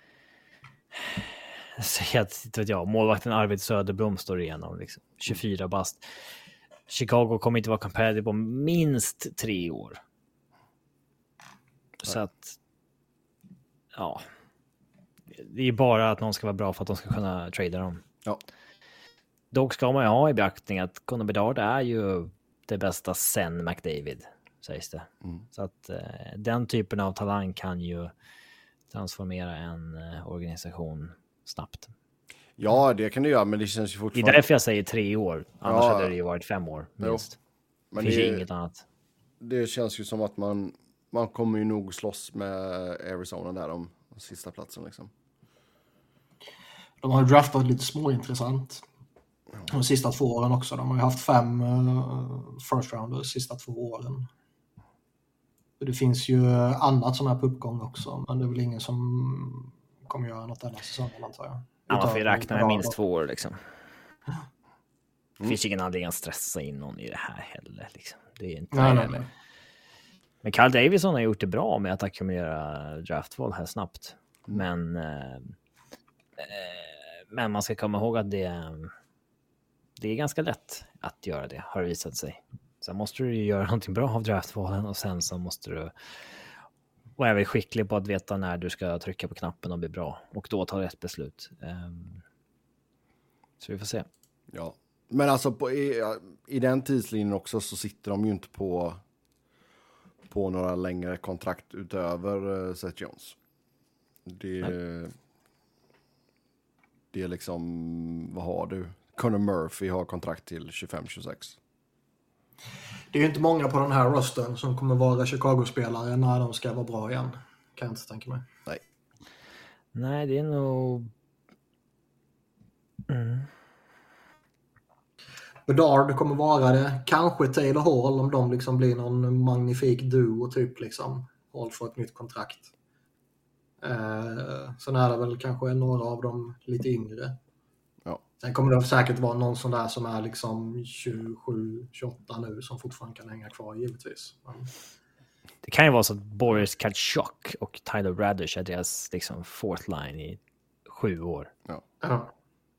säger att vet jag, målvakten Arvid Söderblom står igenom liksom. tjugofyra bast. Chicago kommer inte vara competitive på minst tre år. Nej. Så att ja, det är bara att någon ska vara bra för att de ska kunna trada dem. Ja. Dock ska man ju ha i beaktning att Connor Bedard är ju det bästa sen McDavid, sägs det. Mm. Så att eh, den typen av talang kan ju transformera en eh, organisation snabbt. Ja, det kan det göra, men det känns ju fortfarande... Det är därför jag säger tre år. Annars ja. hade det ju varit fem år minst. Men det finns det, ju inget annat. Det känns ju som att man, man kommer ju nog slåss med Arizona där om sista platsen liksom. De har ju draftat lite småintressant. De sista två åren också. De har ju haft fem uh, first rounders de sista två åren. Det finns ju annat sån här på uppgång också. Men det är väl ingen som kommer göra något denna säsongen, antar jag. Ja, man får ju räkna med minst två år liksom. Mm. Det finns ingen anledning att stressa in någon i det här heller. Liksom. Det är inte nej, nej, nej. Men Carl Davison har gjort det bra med att ackumulera draftval här snabbt. Men eh, men man ska komma ihåg att det, det är ganska lätt att göra det, har det visat sig. Sen måste du ju göra någonting bra av draftvalen och sen så måste du vara även skicklig på att veta när du ska trycka på knappen och bli bra och då ta rätt beslut. Um, så vi får se. Ja, men alltså på, i, i den tidslinjen också så sitter de ju inte på på några längre kontrakt utöver uh, Seth Jones. Det Nej. Det är liksom, vad har du? Connor Murphy har kontrakt till tjugofem tjugosex. Det är ju inte många på den här rosten som kommer vara Chicago-spelare när de ska vara bra igen. Kan jag inte tänka mig. Nej. Nej, det är nog... Mm. Bedard kommer vara det. Kanske Taylor Hall om de liksom blir någon magnifik duo typ liksom. Hall får ett nytt kontrakt. Eh, sen är det väl kanske några av dem lite yngre. Ja. Sen kommer det säkert vara någon sån där som är liksom tjugosju tjugoåtta nu som fortfarande kan hänga kvar givetvis. Men... Det kan ju vara så att Boris Katchouk och Tyler Radish är deras liksom fourth line i sju år. Ja. Ja.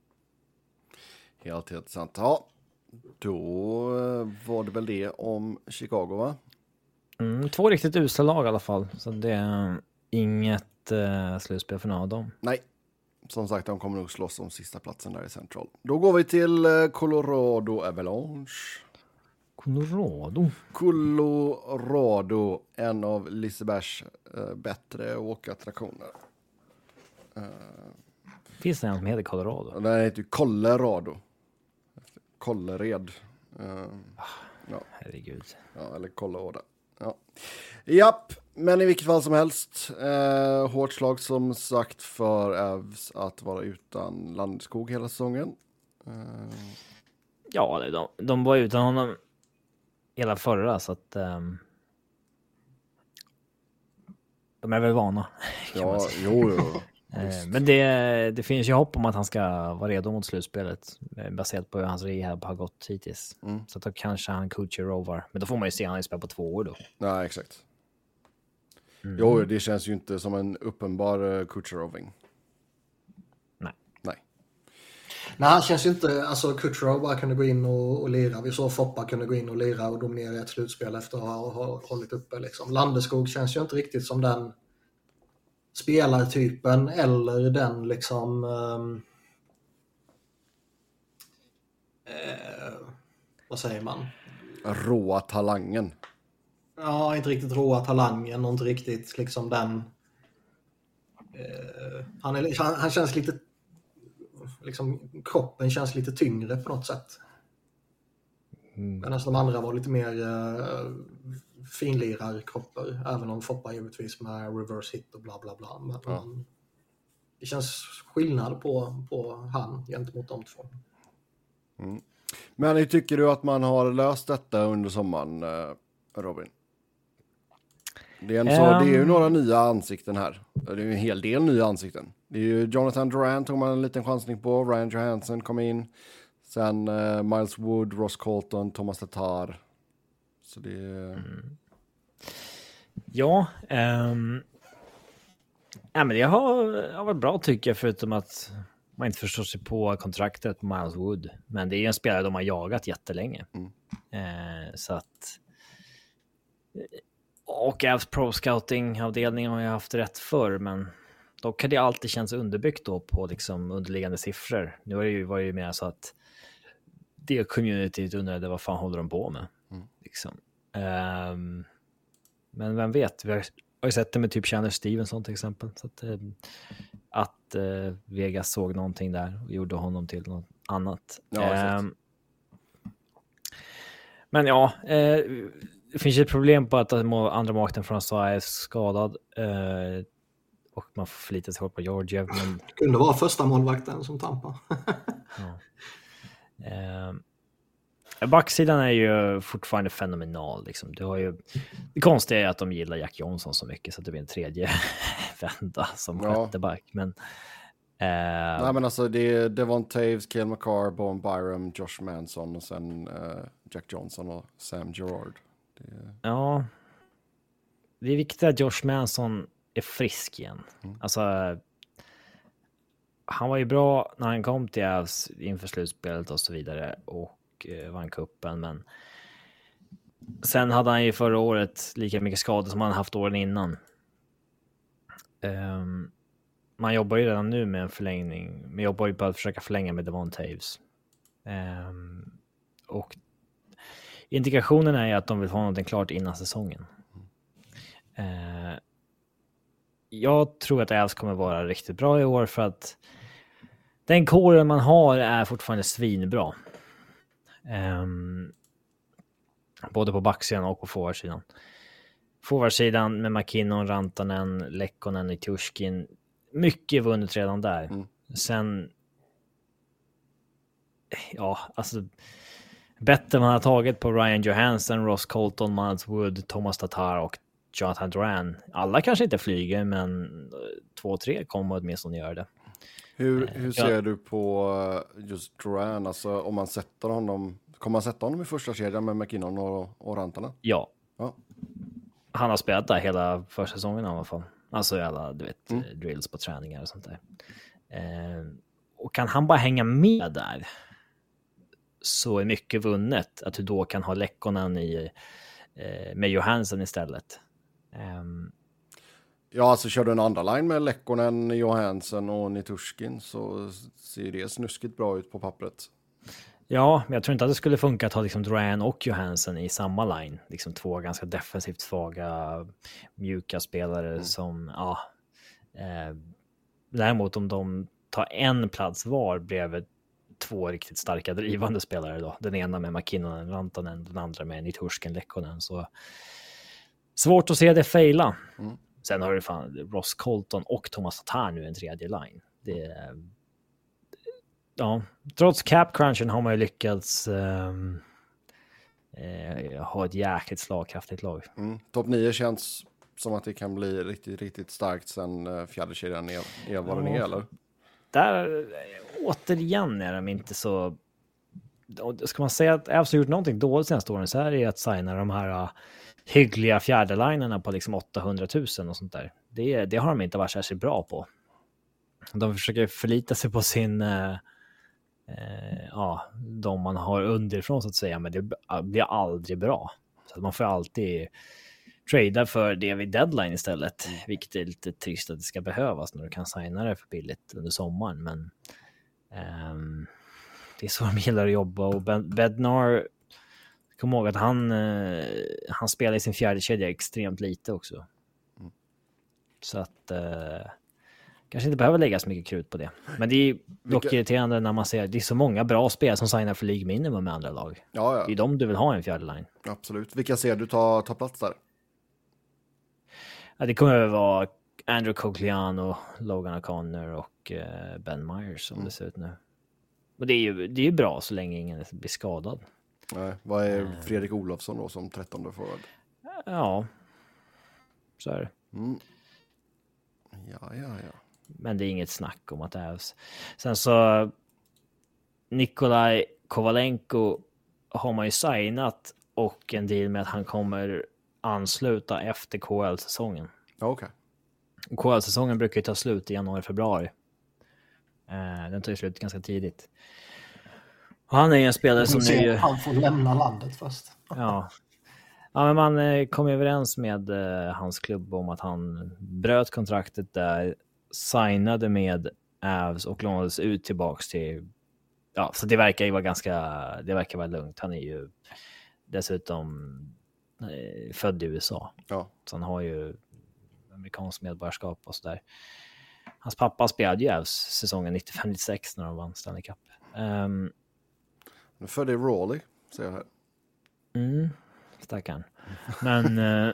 Helt, helt sant. Ja, då var det väl det om Chicago, va? Mm, två riktigt usla lag i alla fall. Så det är inget uh, slutspel för någon av dem. Nej, som sagt, de kommer nog slåss om sista platsen där i Central. Då går vi till eh, Colorado Avalanche. Colorado. Colorado, en av Lisebergs eh, bättre åkattraktioner. Uh, Finns det en som heter Colorado? Den heter ju Colorado. Kollered. Uh, ja. Herregud. Ja, eller Colorado. Ja. Japp, men i vilket fall som helst. Eh, hårt slag som sagt för Avs att vara utan Landeskog hela säsongen. Eh. Ja, de, de var utan honom hela förra, så att um, de är väl vana. Ja, jo, jo. eh, men det, det finns ju hopp om att han ska vara redo mot slutspelet baserat på hur hans rehab har gått hittills. Mm. Så att då kanske han Kucherovar. Men då får man ju se han spela på två år då. Nej, exakt. Mm. Jo, det känns ju inte som en uppenbar uh, Kucheroving. Nej. Nej. Nej, han känns ju inte, alltså Kucherov bara kunde gå in och, och lira. Vi såg Foppa kunde gå in och lira och dominera ett slutspel efter att ha, ha hållit uppe liksom. Landeskog känns ju inte riktigt som den spelartypen eller den liksom um, eh, vad säger man? Råa talangen. Ja, inte riktigt råa talangen och inte riktigt liksom den eh, han, är, han, han känns lite liksom, kroppen känns lite tyngre på något sätt. Mm. Medan de andra var lite mer uh, finlirarkroppar, även om Foppa givetvis med reverse hit och bla bla bla. Men ja. man, det känns skillnad på, på han gentemot de två. Mm. Men hur tycker du att man har löst detta under sommaren, Robin? Det är, en så, um... det är ju några nya ansikten här. Det är ju en hel del nya ansikten. Det är ju Jonathan Drouin tog man en liten chansning på. Ryan Johansson kom in. Sen uh, Miles Wood, Ross Colton, Thomas Tatar. Så det är... Mm. Ja. Um... ja men det har, har varit bra tycker jag, förutom att man inte förstår sig på kontraktet på Miles Wood. Men det är ju en spelare de har jagat jättelänge. Mm. Uh, så att... Och Avs Pro Scouting-avdelningen har jag haft rätt för, men då kan det alltid känns underbyggt då på liksom underliggande siffror. Nu var det ju, var det ju mer så att det communityt undrade vad fan håller de på med. Mm. Liksom. Um, men vem vet, vi har, har ju sett det med typ Chandler Stevenson till exempel. Så att, um, att uh, Vegas såg någonting där och gjorde honom till något annat. Ja, um, men ja, uh, det finns ju ett problem på att andra makten från S A är skadad eh, och man får förlita sig på Georgiev. Men... Det kunde vara första målvakten som Tampa. ja. eh, backsidan är ju fortfarande fenomenal. Liksom. Du har ju... Det konstiga är att de gillar Jack Johnson så mycket så att det blir en tredje vända som ja. sjätte back. Men, eh... Nej men alltså det är Devon Taves, Cale Makar, Bowen Byram, Josh Manson och sen eh, Jack Johnson och Sam Girard. Det... Ja, det är viktigt att Josh Manson är frisk igen. Mm. Alltså, han var ju bra när han kom till Avs inför slutspelet och så vidare och eh, vann kuppen, men sen hade han ju förra året lika mycket skador som han haft åren innan. Um, man jobbar ju redan nu med en förlängning. Man jobbar ju på att försöka förlänga med Devon Taves. Um, och indikationen är att de vill ha något klart innan säsongen. Uh, jag tror att Avs kommer vara riktigt bra i år för att den kåren man har är fortfarande svinbra. Um, både på backsidan och på forwardsidan. Forwardsidan med McKinnon, Rantanen, Lekkonen, Nitushkin. Mycket vunnet redan där. Mm. Sen ja, alltså bättre man har tagit på Ryan Johansson, Ross Colton, Miles Wood, Thomas Tatar och Jonathan Drouin. Alla kanske inte flyger, men två, tre kommer åtminstone göra det. Hur, hur ser ja. du på just Drouin? Alltså om man sätter honom, kommer man sätta honom i första kedjan med McKinnon och, och Rantanen? Ja. ja. Han har spelat där hela försäsongen i alla fall. Alltså alla, du vet, mm. drills på träningar och sånt där. Eh, och kan han bara hänga med där så är mycket vunnet. Att du då kan ha Lekkonen i, eh, med Johansson istället. Eh, Ja, alltså kör du en andra line med Lekkonen, Johansson och Nitushkin så ser det snuskigt bra ut på pappret. Ja, men jag tror inte att det skulle funka att ha liksom Drouin och Johansson i samma line. Liksom två ganska defensivt svaga, mjuka spelare mm. som, ja. Eh, däremot om de tar en plats var bredvid två riktigt starka drivande spelare då. Den ena med McKinnon, Rantanen, den andra med Nitushkin, Lekkonen. Så svårt att se det fejla. Mm. Sen har du fan Ross Colton och Thomas Tatar nu en tredje line. Det är... Ja, trots cap crunchen har man ju lyckats um, eh, ha ett jäkligt slagkraftigt lag. Mm. Topp nio känns som att det kan bli riktigt, riktigt starkt sen uh, fjärde kedjan är, är vad ja. den är, eller? Där, återigen är de inte så... Ska man säga att Avs har gjort någonting dåligt senaste åren så är det att signa de här uh, hyggliga fjärdelinerna på liksom åttahundratusen och sånt där. Det, det har de inte varit särskilt bra på. De försöker förlita sig på sin... Uh, Eh, ja, de man har underifrån så att säga, men det blir aldrig bra. Så att man får alltid trada för det vid deadline istället, mm. vilket är lite trist att det ska behövas när du kan signa det för billigt under sommaren, men ehm, det är så de gillar att jobba. Och ben, Bednar, kom ihåg att han eh, han spelar i sin fjärde kedja extremt lite också. Mm. Så att eh, kanske inte behöver lägga så mycket krut på det. Men det är dock Vilka... irriterande när man ser det är så många bra spel som signar för League Minimum med andra lag. Ja, ja. Det är de du vill ha i en fjärde line. Absolut. Vilka ser du ta, ta plats där? Ja, det kommer att vara Andrew Cogliano, Logan O'Connor och uh, Ben Myers som mm. det ser ut nu. Och det är ju det är ju bra så länge ingen blir skadad. Nej, vad är uh, Fredrik Olofsson då som trettonde forward? Ja, så är det. Mm. Ja, ja, ja. Men det är inget snack om att det är. Sen så Nikolaj Kovalenko har man ju signat och en deal med att han kommer ansluta efter K H L-säsongen. Okej. Okay. K H L-säsongen brukar ju ta slut i januari-februari. Eh, den tar ju slut ganska tidigt. Och han är ju en spelare som nu... Han får lämna landet först. Ja. Ja, men man eh, kom överens med eh, hans klubb om att han bröt kontraktet där, signade med Avs och lånades ut tillbaks till... Ja, så det verkar ju vara ganska... Det verkar vara lugnt. Han är ju dessutom eh, född i U S A. Ja. Så han har ju amerikansk medborgarskap och sådär. Hans pappa spelade ju Avs säsongen nittiofem nittiosex när de vann Stanley Cup. Um, nu födde i Raleigh, ser jag här. Mm, stackarn. Men eh,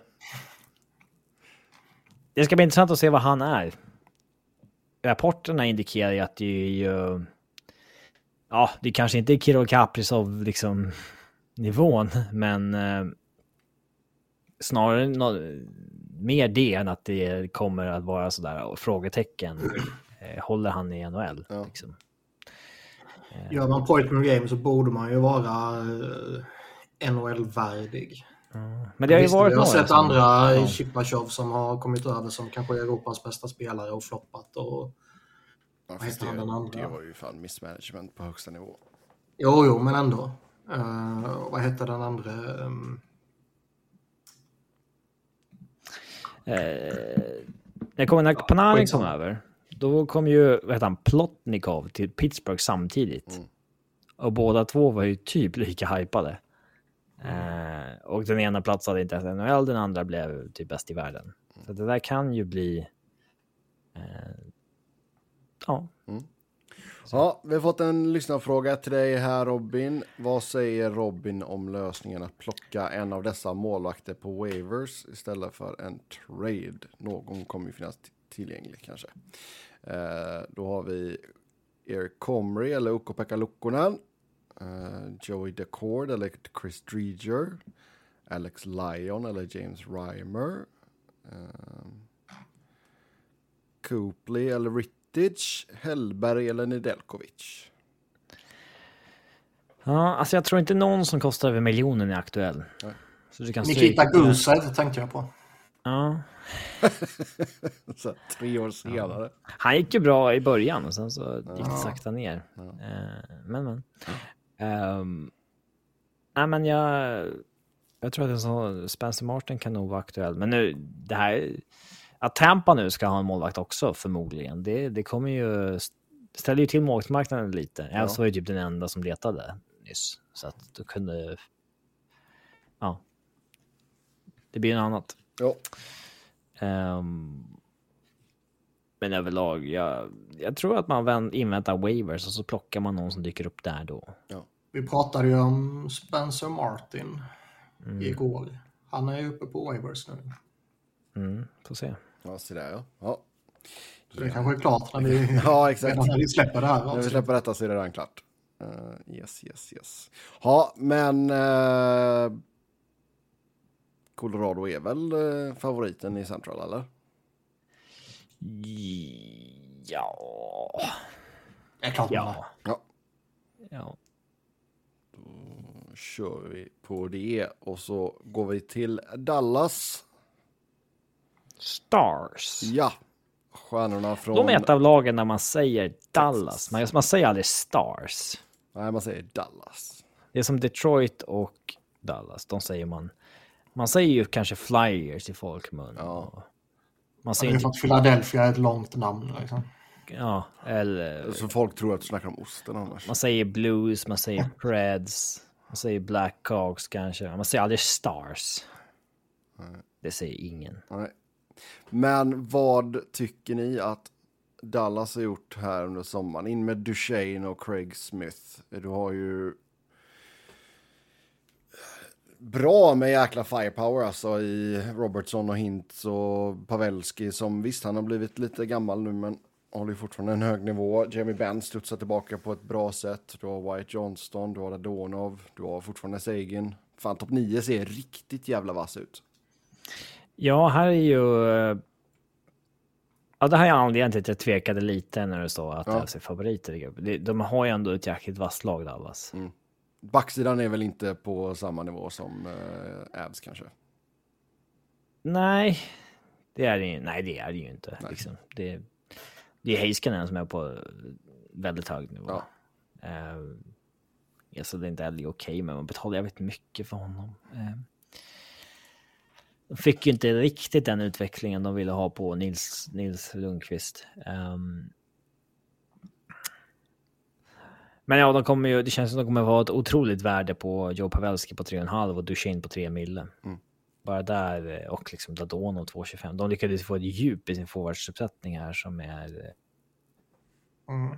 det ska bli intressant att se vad han är. Rapporterna indikerar ju att det är ju... Ja, det kanske inte är Kirill Kaprizov liksom nivån, men eh, snarare no, mer det än att det kommer att vara sådär frågetecken. Eh, håller han i N H L? Ja. Liksom. Eh, Gör man point per game så borde man ju vara eh, N H L-värdig. Mm. Men det har ju varit jag har sett som... andra ja. Chipachov som har kommit över som kanske är Europas bästa spelare och floppat och ja, vad heter han den andra? Det var ju fan missmanagement på högsta nivå. Jo, jo, men ändå. Uh, vad heter den andra? Um... Eh, när kom när Panarin kom över, då kom ju vad heter han, Plotnikov till Pittsburgh samtidigt. Mm. Och båda två var ju typ lika hypade. Mm. Eh, och den ena platsade inte ens N H L, den andra blev typ bäst i världen. Mm. Så det där kan ju bli eh, ja. Mm. Ja, vi har fått en lyssnarfråga till dig här, Robin. Vad säger Robin om lösningen att plocka en av dessa målvakter på waivers istället för en trade? Någon kommer ju finnas t- tillgänglig kanske. Eh, då har vi Eric Comrie eller Ukko-Pekka Lukkonen. Uh, Joey Decord eller Chris Dreger, Alex Lyon eller James Reimer, uh, Copley eller Rittich, Hellberg eller Nedeljkovic. Ja, alltså jag tror inte någon som kostar över miljonen är aktuell. Nej. Så du kan Nikita Gusev tänkte jag på. Ja. Så, tre år senare. Ja. Han gick ju bra i början och sen så gick det sakta ner. Ja. Uh, men men. Um, nej men jag jag tror att en sån Spencer Martin kan nog vara aktuell, men nu det här Att Tampa nu ska ha en målvakt också förmodligen. Det, det kommer ju ställer ju till målvaktsmarknaden lite. Ja. Elfs var ju typ den enda som letade nyss. Så att du kunde... Ja. Det blir något annat. Ja. Um, men överlag, jag, jag tror att man inväntar waivers och så plockar man någon som dyker upp där då. Ja. Vi pratade ju om Spencer Martin mm. igår. Han är ju uppe på waivers nu. Mm, får se. Ja, så där, ja. ja. Så det kanske är klart när vi, ja, exakt. när vi släpper det här. När vi släpper detta så är det redan klart. Uh, yes, yes, yes. Ja, men uh, Colorado är väl uh, favoriten i Central, eller? Ja. Det är klart. Ja. Ja. Ja. Då kör vi på det och så går vi till Dallas. Stars. Ja. Stjärnorna från... De är ett av lagen när man säger Dallas. Man, man säger aldrig Stars. Nej, man säger Dallas. Det är som Detroit och Dallas. De säger man... Man säger ju kanske Flyers i folkmun. Ja. Man säger ja, det är för att Philadelphia är ett långt namn. Liksom. Ja, eller... Så folk tror att du snackar om osten annars. Man säger Blues, man säger Preds, man säger Blackhawks kanske. Man säger aldrig Stars. Nej. Det säger ingen. Nej. Men vad tycker ni att Dallas har gjort här under sommaren? In med Duchene och Craig Smith. Du har ju bra med jäkla firepower alltså i Robertson och Hintz och Pavelski som visst han har blivit lite gammal nu men håller ju fortfarande en hög nivå. Jamie Benn studsar tillbaka på ett bra sätt. Du har White Johnston, du har Dadonov, du har fortfarande Sagan. Fan, topp nio ser riktigt jävla vass ut. Ja, här är ju... Ja, det här är anledningen till att jag tvekade lite när du sa att ja. Det är favoriter. De har ju ändå ett jäkligt vasst lag, Dallas. Mm. Backsidan är väl inte på samma nivå som äh, Avs kanske? Nej, det är det ju, nej, det är det ju inte. Liksom. Det, det är Heiskanen som är på väldigt hög nivå. Ja. Uh, alltså, det är inte okej, okay, men man betalar jävligt mycket för honom. Uh, de fick ju inte riktigt den utvecklingen de ville ha på Nils, Nils Lundqvist. Um, men ja, de kommer ju, det känns som att de kommer att ha ett otroligt värde på Joe Pavelski på tre komma fem och Duchene på tre mille. Mm. Bara där, och liksom Dadon och två komma tjugofem. De lyckades få ett djup i sin forwardsuppsättning här som är... Mm.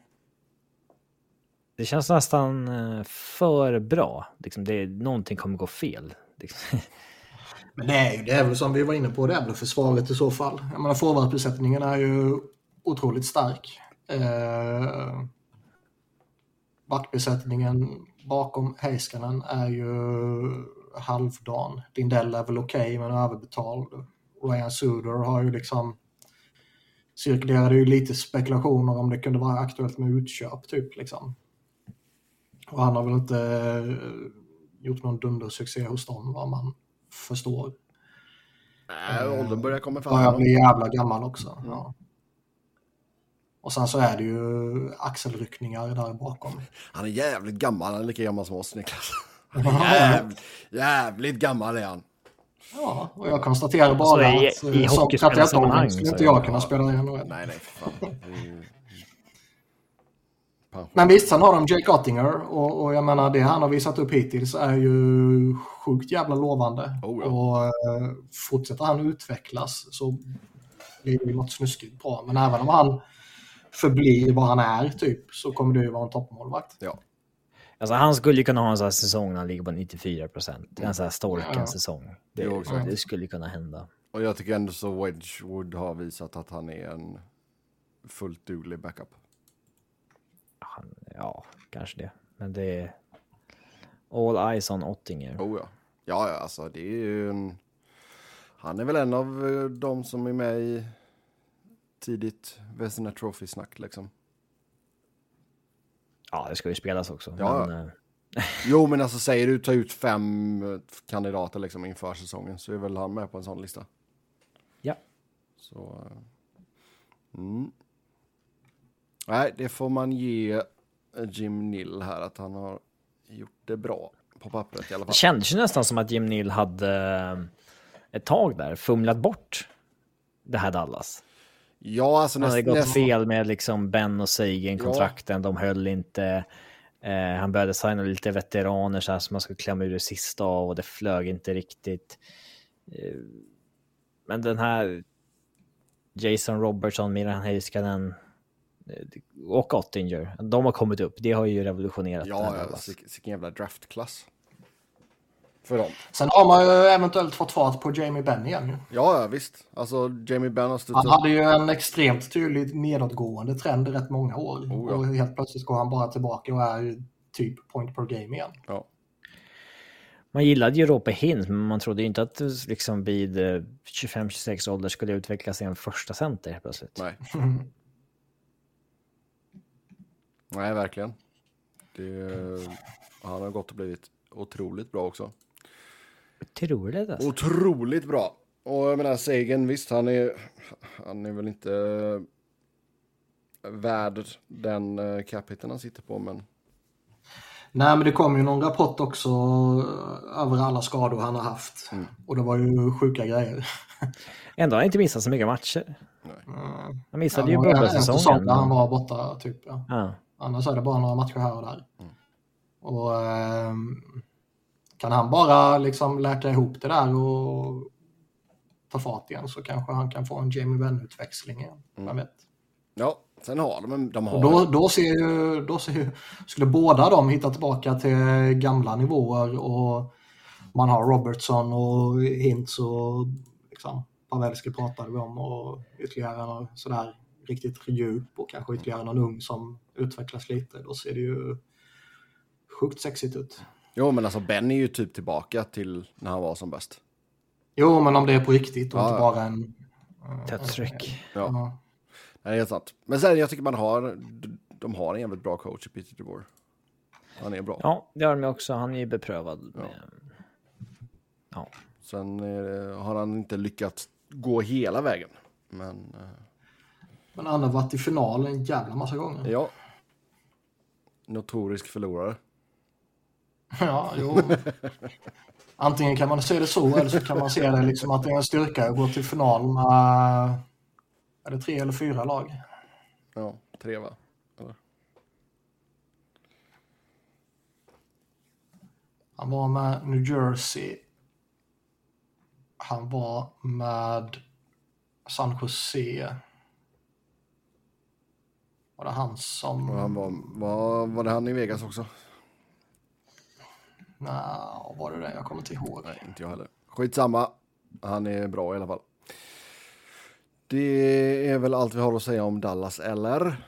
Det känns nästan för bra. Liksom det, någonting kommer gå fel. Men det är ju det är väl som vi var inne på, det är väl försvaret i så fall. Jag menar, forwardbesättningen är ju otroligt stark. Eh, backbesättningen bakom Heiskanen är ju halvdan. Lindell är väl okej okay, men överbetald. Ryan Suter har ju liksom cirkulerade ju lite spekulationer om det kunde vara aktuellt med utköp typ liksom. Och han har väl inte gjort någon dundersuccé hos dem vad man förstår. Nej, äh, åldern börjar komma fram. Börjar bli jävla gammal också. Mm. Ja. Och sen så är det ju axelryckningar där bakom. Han är jävligt gammal, han är lika gammal som oss, Niklas. Jävligt, jävligt gammal är han. Ja, och jag konstaterar bara alltså, att i, i som hockeyspelsammanhang skulle inte jag kunna spela i N H L. Nej, nej, för fan. Men visst, sen har de Jake Ottinger och, och jag menar det han har visat upp hittills är ju sjukt jävla lovande. Oh, ja. Och uh, fortsätter han utvecklas så blir det ju något snuskigt bra. Men även om han förblir vad han är typ så kommer det ju vara en toppmålvakt. Ja. Alltså han skulle ju kunna ha en sån här säsong när han ligger på nittiofyra procent. En sån här storken ja. säsong. Det, det, det skulle kunna hända. Och jag tycker ändå så Wedgwood har visat att han är en fullt duglig backup. Ja, kanske det. Men det är all eyes on Ottinger. Oh ja. Ja, ja, alltså det är ju en... Han är väl en av de som är med i tidigt Vezina Trophy-snack liksom. Ja, det ska ju spelas också. Ja, men, jo, men alltså säger du ta ut fem kandidater liksom inför säsongen så är väl han med på en sån lista. Ja. Så... Mm. Nej, det får man ge Jim Nill här att han har gjort det bra på pappret i alla fall. Det kändes ju nästan som att Jim Nill hade ett tag där fumlat bort det här Dallas. Ja, alltså Han hade näst, gått näst, fel med liksom Ben och Sagan-kontrakten. Ja. De höll inte. Eh, han började signa lite veteraner så här som man skulle klämma ur det sista av och det flög inte riktigt. Eh, men den här Jason Robertson, Miran Heiskanen och Ottinger, de har kommit upp. Det har ju revolutionerat. Ja, ja vilken jävla draftklass. För dem. Sen har man ju eventuellt fått fart på Jamie Benn igen. Ja, ja visst. Alltså Jamie Benn har Han hade ju en extremt tydlig nedåtgående trend i rätt många år. Oh, ja. Och helt plötsligt går han bara tillbaka och är ju typ point per game igen. Ja. Man gillade ju Roope Hintz, men man trodde ju inte att liksom vid tjugofem tjugosex ålder skulle utvecklas i en första center plötsligt. Nej. Nej, verkligen. Det, han har gått och blivit otroligt bra också. Otroligt alltså. Otroligt bra. Och jag menar, Sagan, visst, han är, han är väl inte värd den cap-hiten han sitter på, men... Nej, men det kom ju någon rapport också över alla skador han har haft. Mm. Och det var ju sjuka grejer. Ändå har han inte missat så mycket matcher. Nej. Mm. Han missade ja, ju bubbelsäsongen. Han var borta, typ. Ja. Ja. Annars är det bara några matcher här och där. Mm. Och eh, kan han bara liksom läka ihop det där och ta fart igen, så kanske han kan få en Jamie Benn-utväxling igen. Mm. Jag vet. Ja, sen har de, de har... Och då, då ser ju, då ser ju, skulle båda de hitta tillbaka till gamla nivåer och man har Robertson och Hintz och liksom Pavelski pratade vi om och ytterligare någon sådär riktigt djup och kanske ytterligare någon ung som utvecklas lite. Då ser det ju sjukt sexigt ut. Jo, men alltså Ben är ju typ tillbaka till när han var som bäst. Jo, men om det är på riktigt och ja, inte bara en... Tätt tryck. Ja. ja. Det är helt sant. Men sen jag tycker man har de har en jävligt bra coach i Peter DeBoer. Han är bra. Ja, det har de också. Han är ju beprövad. Ja. Med... ja. Sen är, har han inte lyckats gå hela vägen. Men, men han har varit i final en jävla massa gånger. Ja. Notorisk förlorare. Ja, jo. Antingen kan man se det så eller så kan man se det liksom att det är en styrka att gå till final med är det tre eller fyra lag? Ja, tre va? Eller? Han var med New Jersey. Han var med San Jose. Var det han som... Och han var, var, var det han i Vegas också? Nej, var det det? Jag kommer inte ihåg. Nej, inte jag heller. Skitsamma. Han är bra i alla fall. Det är väl allt vi har att säga om Dallas, eller?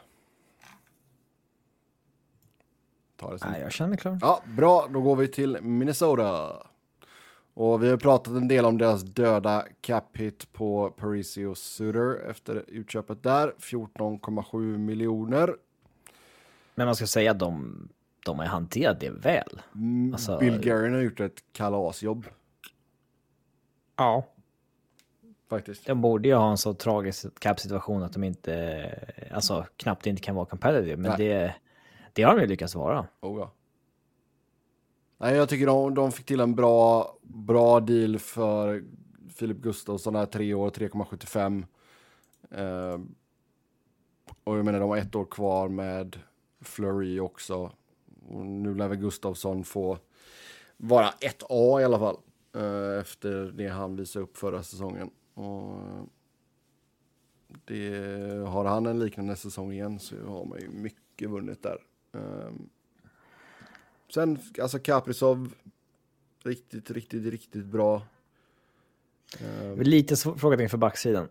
Ta det sen. Nej, jag känner mig klar. Ja, bra. Då går vi till Minnesota. Och vi har pratat en del om deras döda cap hit på Parise och Suter efter utköpet där. fjorton komma sju miljoner. Men man ska säga att de, de har hanterat det väl. Mm, alltså, Bill Guerin har gjort ett kalasjobb. Ja. Faktiskt. De borde ju ha en så tragisk cap-situation att de inte, alltså knappt inte kan vara competitive. Men det, det har de ju lyckats vara. Oh ja. Nej, jag tycker de, de fick till en bra, bra deal för Filip Gustafsson här, tre år, tre komma sjuttiofem. Eh, och jag menar, de har ett år kvar med Fleury också. Och nu lär väl Gustafsson få vara ett A i alla fall. Eh, efter det han visade upp förra säsongen. Och det, har han en liknande säsong igen så har man ju mycket vunnit där. Eh, Sen, alltså Kaprizov, riktigt, riktigt, riktigt bra. Um, Lite frågetecken för backsidan.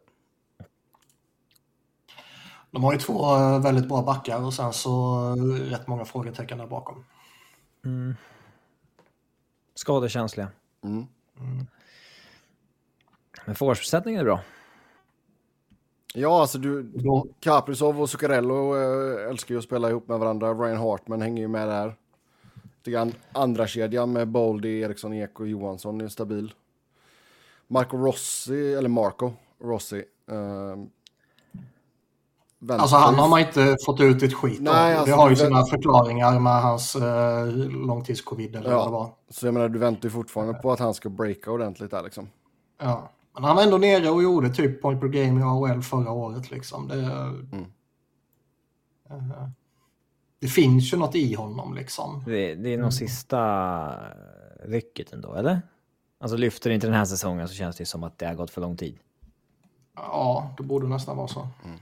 De har ju två väldigt bra backar och sen så rätt många frågetecken där bakom. Mm. Skadekänsliga. Mm. Mm. Men forwardsbesättningen är bra. Ja, alltså du, Kaprizov och Zuccarello äh, älskar ju att spela ihop med varandra. Ryan Hartman hänger ju med där. Andra kedjan med Boldy, Eriksson, Ek och Johansson är stabil. Marco Rossi, eller Marco Rossi. Eh, alltså han har man inte fått ut ett skit Nej, av. alltså, det har ju du sina vänt... förklaringar med hans eh, långtidscovid eller ja, vad det var. Så jag menar, du väntar ju fortfarande på att han ska breaka ordentligt där liksom. Ja. Men han var ändå nere och gjorde typ point per game i A H L förra året liksom. Det, Mm. uh, det finns ju något i honom liksom. Det, det är nog sista rycket ändå, eller? Alltså lyfter inte den här säsongen så känns det som att det har gått för lång tid. Ja, det borde nästan vara så. Mm.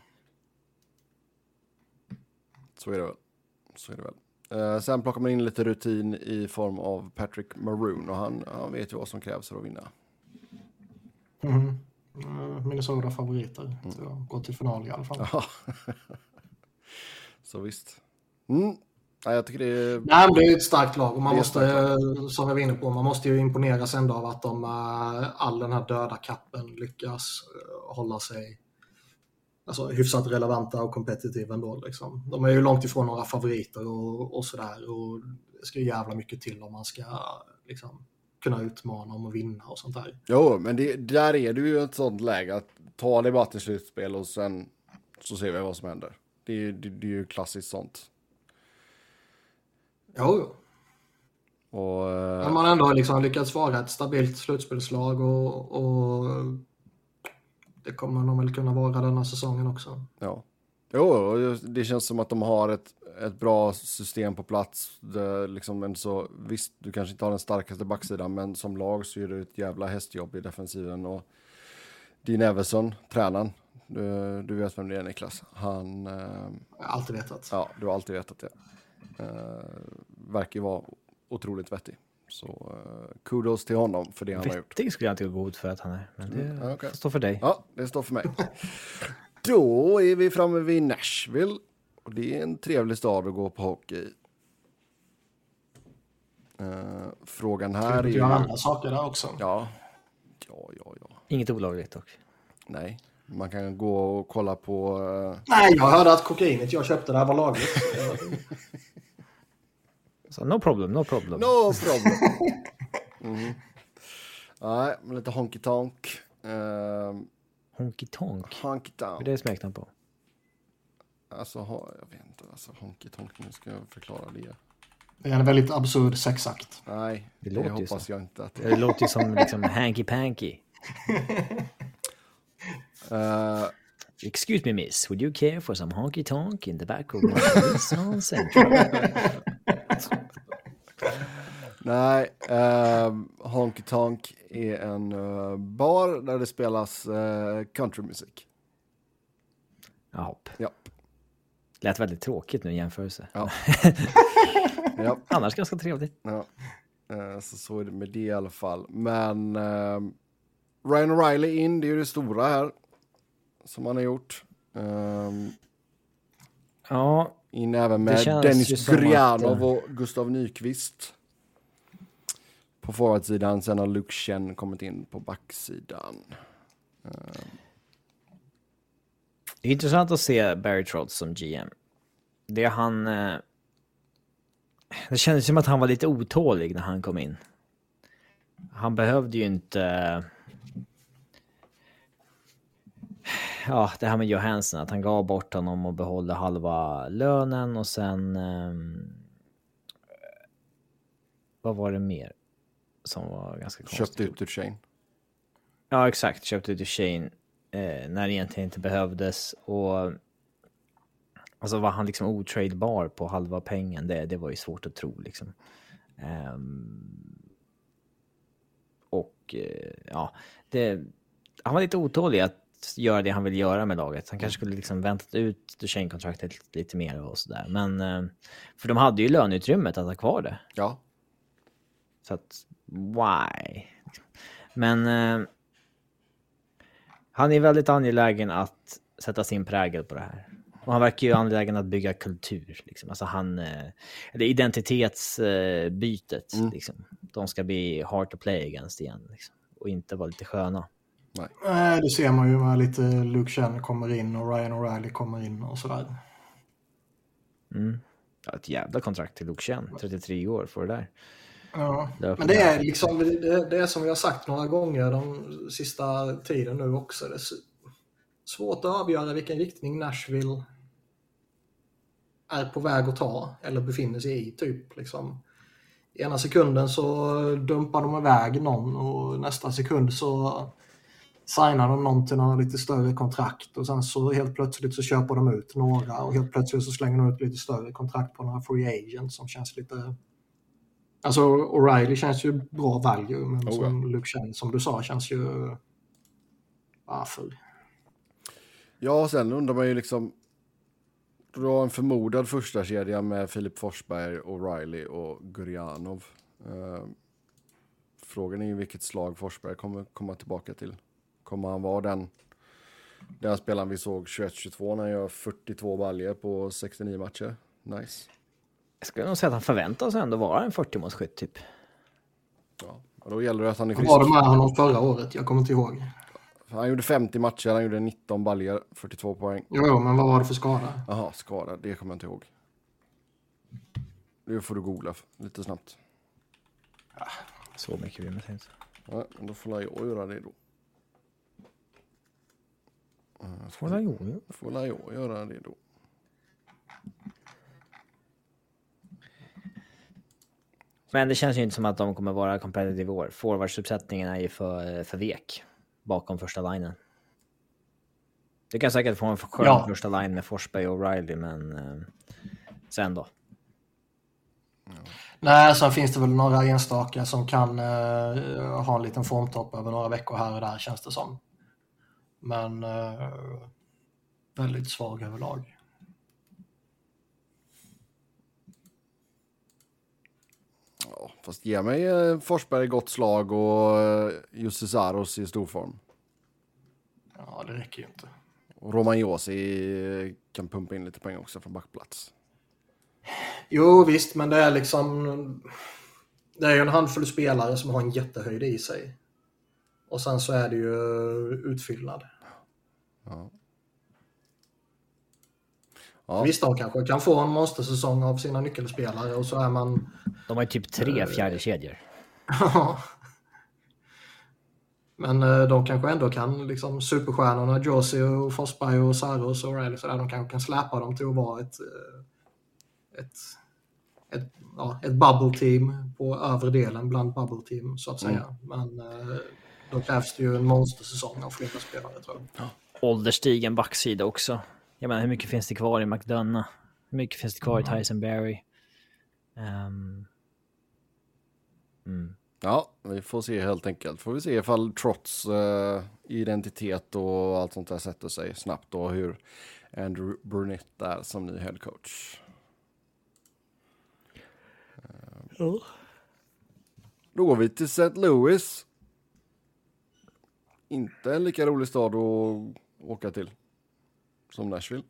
Så är det väl. Så är det väl. Uh, sen plockar man in lite rutin i form av Patrick Maroon och han, han vet ju vad som krävs för att vinna. Mm. Uh, Minnesota favoriter. Mm. Så går till final i alla fall. Ja. Så visst. Mm. Ja, jag tycker det är... Nej, men det är ett starkt lag och man Det är måste, som jag var inne på, man måste ju imponeras ändå av att de all den här döda kappen lyckas hålla sig alltså, hyfsat relevanta och kompetitiva ändå. Liksom. De är ju långt ifrån några favoriter och, och sådär och det ska ju jävla mycket till om man ska liksom, kunna utmana om och vinna och sånt där. Jo, men det, där är det ju ett sånt läge att ta det bara till slutspel och sen så ser vi vad som händer. Det är, det, det är ju klassiskt sånt. Jo, jo. Och, uh... men man ändå liksom lyckats vara ett stabilt slutspelslag och, och det kommer de väl kunna vara denna säsongen också. Ja. Jo, det känns som att de har ett, ett bra system på plats. Det, liksom en så, visst, du kanske inte har den starkaste backsidan, men som lag så är det ett jävla hästjobb i defensiven. Och Dean Everson, tränaren, du, du vet vem det är, Niklas. Han... Uh... Jag har alltid vetat. Ja, du har alltid vetat det. Uh, verkar ju vara otroligt vettig. Så uh, kudos till honom för det han har gjort. Vettig skulle jag inte gå god för att han är. Men det mm, okay. står för dig. Ja, det står för mig. Då är vi framme vid Nashville. Och det är en trevlig stad att gå på hockey i. Uh, frågan här är ju... Du gör andra saker där också. Ja. Ja, ja, ja. Inget olagligt dock. Nej. Man kan gå och kolla på... Uh... Nej, jag hörde att kokainet jag köpte där var lagligt. Så no problem, no problem. No problem. Mm. Nej, men lite honky tonk. Uh, honky tonk? Honky tonk. Hur är det smeknamn på? Alltså, jag vet inte. Alltså, honky tonk, nu ska jag förklara det. Det är en väldigt absurd sexakt. Nej, det, det hoppas jag inte. Att det... det låter ju som liksom hanky panky. uh, Excuse me miss, would you care for some honky tonk in the back of my Central? Nej, uh, honky tonk är en uh, bar där det spelas uh, countrymusik. Jaha. Ja. Lät väldigt tråkigt nu i jämförelse. Ja. Ja. Annars ganska trevligt. Ja. Uh, så så är det med det i alla fall. Men uh, Ryan O'Reilly in, det är ju det stora här som han har gjort. Um, ja. In även med Dennis Gurianov att... och Gustav Nyqvist på forwardsidan. Sen har Luke Chen kommit in på backsidan. Um. Det är intressant att se Barry Trotz som G M. Det han... Eh, det kändes som att han var lite otålig när han kom in. Han behövde ju inte... Ja, det här med Johansson, att han gav bort honom och behålla halva lönen och sen... Eh, vad var det mer som var ganska konstigt? Köpte ut Duchene. Ja, exakt. Köpte ut Duchene eh, när det egentligen inte behövdes. Och alltså var han liksom otradebar på halva pengen. Det, det var ju svårt att tro liksom. Um, och eh, ja, det, han var lite otålig att göra det han vill göra med laget. Han kanske skulle liksom väntat ut Duchene-kontraktet lite, lite mer och sådär. Men eh, för de hade ju löneutrymmet att ha kvar det. Ja. Så att, why? Men eh, han är väldigt angelägen att sätta sin prägel på det här. Och han verkar ju angelägen att bygga kultur. Liksom. Alltså han, eh, eller identitetsbytet. Eh, mm. liksom. De ska bli hard to play against igen. Liksom. Och inte vara lite sköna. Nej. Det ser man ju med lite Luke Chen kommer in och Ryan O'Reilly kommer in och sådär. Mm. Ja, ett jävla kontrakt till Luke Chen. trettiotre år för det där. Ja, men det är liksom det, det är som vi har sagt några gånger de sista tiden nu också. Det är svårt att avgöra vilken riktning Nashville är på väg att ta eller befinner sig i typ liksom. I ena sekunden så dumpar de iväg någon och nästa sekund så signar de någon till några lite större kontrakt och sen så helt plötsligt så köper de ut några och helt plötsligt så slänger de ut lite större kontrakt på några free agents som känns lite... Alltså O'Reilly känns ju bra value, men Oh, som ja. Luke Chen, som du sa, känns ju... Varför? Ja, sen undrar man ju liksom... Du har en förmodad första kedja med Filip Forsberg, O'Reilly och Gurianov. Uh, frågan är ju vilket slag Forsberg kommer komma tillbaka till. Kommer han vara den, den spelaren vi såg tjugoett tjugotvå när han gör fyrtiotvå baljer på sextionio matcher? Nice. Jag skulle nog säga att han förväntar sig ändå vara en fyrtio-målsskytt typ. Ja, och då gäller det att han är Vad frisk. var det med honom förra året? Jag kommer inte ihåg. Han gjorde femtio matcher, han gjorde nitton baljer, fyrtiotvå poäng. Jo, jo, men vad var det för skada? Jaha, skada, det kommer jag inte ihåg. Det får du googla lite snabbt. Så mycket vill man säga. Ja, då får jag göra det då. Får jag göra? Får jag göra det då. Men det känns ju inte som att de kommer vara competitive i år. Forwardsuppsättningen är ju för, för vek bakom första linjen. Du kan säkert få en skön Ja. första line med Forsberg och O'Reilly, men eh, sen då? Nej, sen finns det väl några enstaka som kan eh, ha en liten formtopp över några veckor här och där, känns det som. Men eh, väldigt svag överlag. Ja, fast ge mig eh, Forsberg i gott slag och eh, Jussi Saros i stor form. Ja, det räcker ju inte. Och Roman Josi kan pumpa in lite poäng också från backplats. Jo, visst, men det är liksom... Det är ju en handfull spelare som har en jättehöjd i sig. Och sen så är det ju utfyllnad. Ja. Ja. Visst, de kanske kan få en monstersäsong av sina nyckelspelare och så är man... De har ju typ tre fjärde kedjor. Ja. Men eh, de kanske ändå kan, liksom superstjärnorna, Josie och Forsberg och Saros och O'Reilly, så där, de kanske kan släpa dem till att vara ett, eh, ett, ett, ja, ett bubble team på övre delen bland bubble team, så att säga. Mm. Men eh, då krävs det ju en monstersäsong av flera spelare, tror jag. Ålderstigen backsida också. Jag menar, hur mycket finns det kvar i McDonough? Hur mycket finns det kvar i Tyson Berry? Um, mm. Ja, vi får se helt enkelt. Får vi se ifall trots eh, identitet och allt sånt där sätter sig snabbt och hur Andrew Burnett är som ny head coach. Eh, Oh. Då går vi till Saint Louis. Inte en lika rolig stad att åka till som Nashville.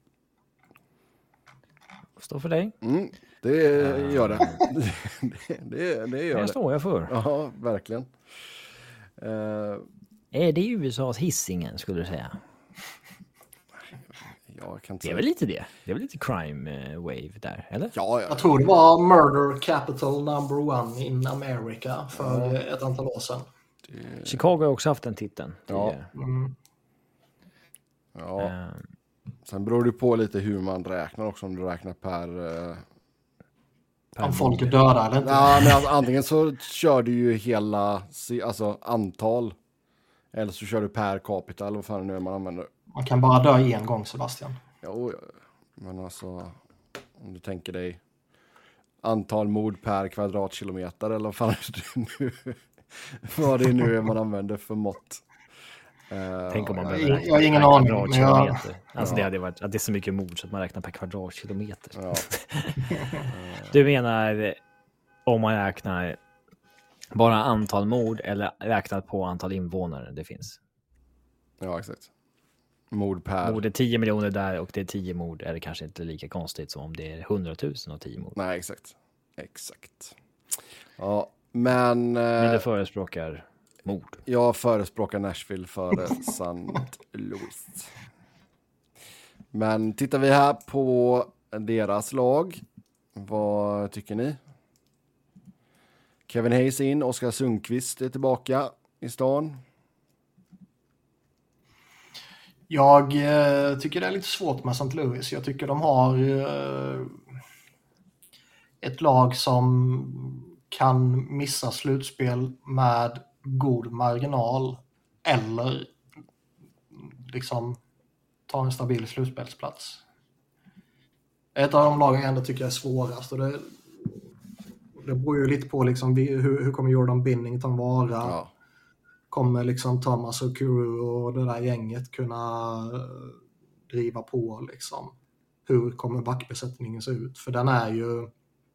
Står för dig. Mm, det gör det. det, det, det gör Det det. står jag för. Ja, verkligen. Uh, Är det U S A:s Hisingen, skulle du säga? jag kan inte Det är väl lite det. Det är väl lite crime wave där, eller? Ja, ja. Jag tror det var Murder Capital number one in America för ja. ett antal år sedan. Det... Chicago har också haft den titeln. Ja. Mm. Ja. Um, Sen beror det på lite hur man räknar också, om du räknar per... Uh... per om folk är döda eller inte. Ja, men alltså, antingen så kör du ju hela, alltså antal, eller så kör du per capita, eller vad fan nu är man använder. Man kan bara dö en gång, Sebastian. Jo, men alltså, om du tänker dig antal mord per kvadratkilometer, eller vad fan är det nu? Vad det nu är man använder för mått. Tänk om man jag, behöver jag har ingen aning. kvadratkilometer. Jag... Alltså ja. det hade varit att det är så mycket mord så att man räknar per kvadratkilometer. Ja. Du menar om man räknar bara antal mord eller räknat på antal invånare det finns? Ja, exakt. Mord per... Mord är tio miljoner där och det är tio mord är det kanske inte lika konstigt som om det är hundratusen och tio mord. Nej, exakt. Exakt. Ja, men... Men du förespråkar mord. Jag förespråkar Nashville för Saint Louis. Men tittar vi här på deras lag. Vad tycker ni? Kevin Hayes in, Oskar Sundqvist är tillbaka i stan. Jag eh, tycker det är lite svårt med Saint Louis. Jag tycker de har eh, ett lag som kan missa slutspel med god marginal eller liksom ta en stabil slutspelsplats. Ett av de lagen jag ändå tycker är svårast, och det, det beror ju lite på liksom, hur, hur kommer Jordan Binnington vara? Ja. Kommer liksom Thomas och Kuru och det där gänget kunna driva på liksom? Hur kommer backbesättningen se ut? För den är ju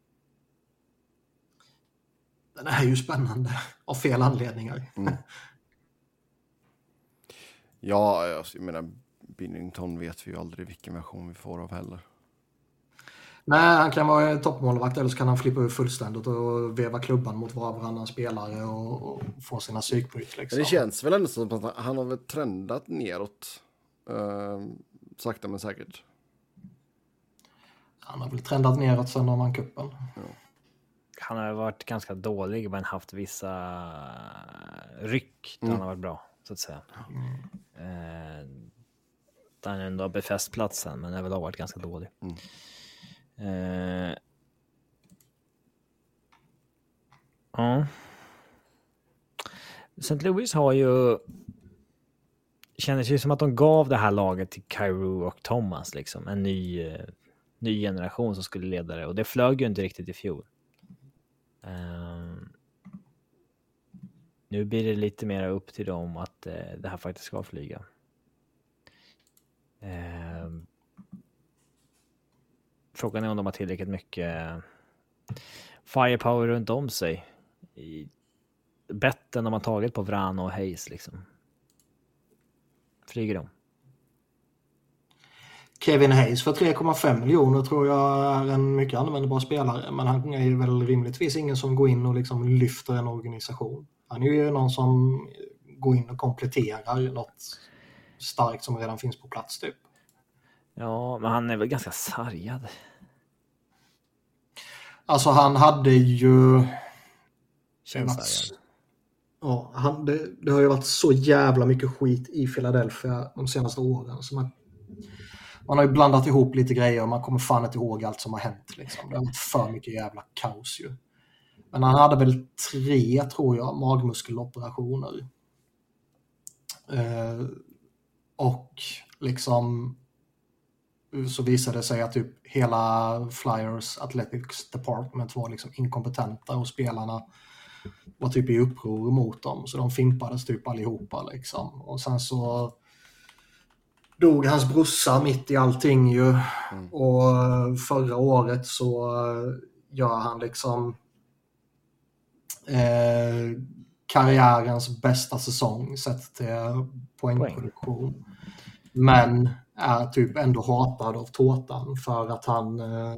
den är ju spännande av fel anledningar. Mm. Ja, jag menar, Binnington vet vi ju aldrig vilken version vi får av heller. Nej, han kan vara toppmålvakt, eller så kan han flippa ur fullständigt och veva klubban mot var och varannan spelare och, och få sina psykbryt. Liksom. Det känns väl ändå som att han har väl trendat neråt. Uh, sakta men säkert. Han har väl trendat neråt sen de vann kuppen. Ja. Han har varit ganska dålig men haft vissa ryck där Mm. han har varit bra, så att säga. Mm. Eh, där han ändå har befäst platsen, men överlag varit ganska dålig. Mm. Eh, ja. Saint Louis har ju kändes ju som att de gav det här laget till Kyrou och Thomas, liksom en ny, eh, ny generation som skulle leda det, och det flög ju inte riktigt i fjol. Uh, nu blir det lite mer upp till dem att uh, det här faktiskt ska flyga. Uh, frågan är om de har tillräckligt mycket firepower runt om sig. I betten de har tagit på Vrana och Hayes, liksom. Flyger de? Kevin Hayes för tre komma fem miljoner tror jag är en mycket användbar spelare, men han är ju väl rimligtvis ingen som går in och liksom lyfter en organisation. Han är ju någon som går in och kompletterar något starkt som redan finns på plats typ. Ja, men han är väl ganska sargad. Alltså han hade ju Känns varit... sargad. Ja, han, det, det har ju varit så jävla mycket skit i Philadelphia de senaste åren, så man, man har ju blandat ihop lite grejer och man kommer fan inte ihåg allt som har hänt liksom. Det har varit för mycket jävla kaos ju. Men han hade väl tre, tror jag, magmuskeloperationer. Eh, och liksom så visade det sig att typ hela Flyers Athletics Department var liksom inkompetenta och spelarna var typ i uppror mot dem, så de fimpades typ allihopa liksom. Och sen så dog hans brorsa mitt i allting ju. Mm. Och förra året så gör han liksom eh, karriärens bästa säsong sett till poängproduktion. Poäng. Men är typ ändå hatad av tårtan för att han eh,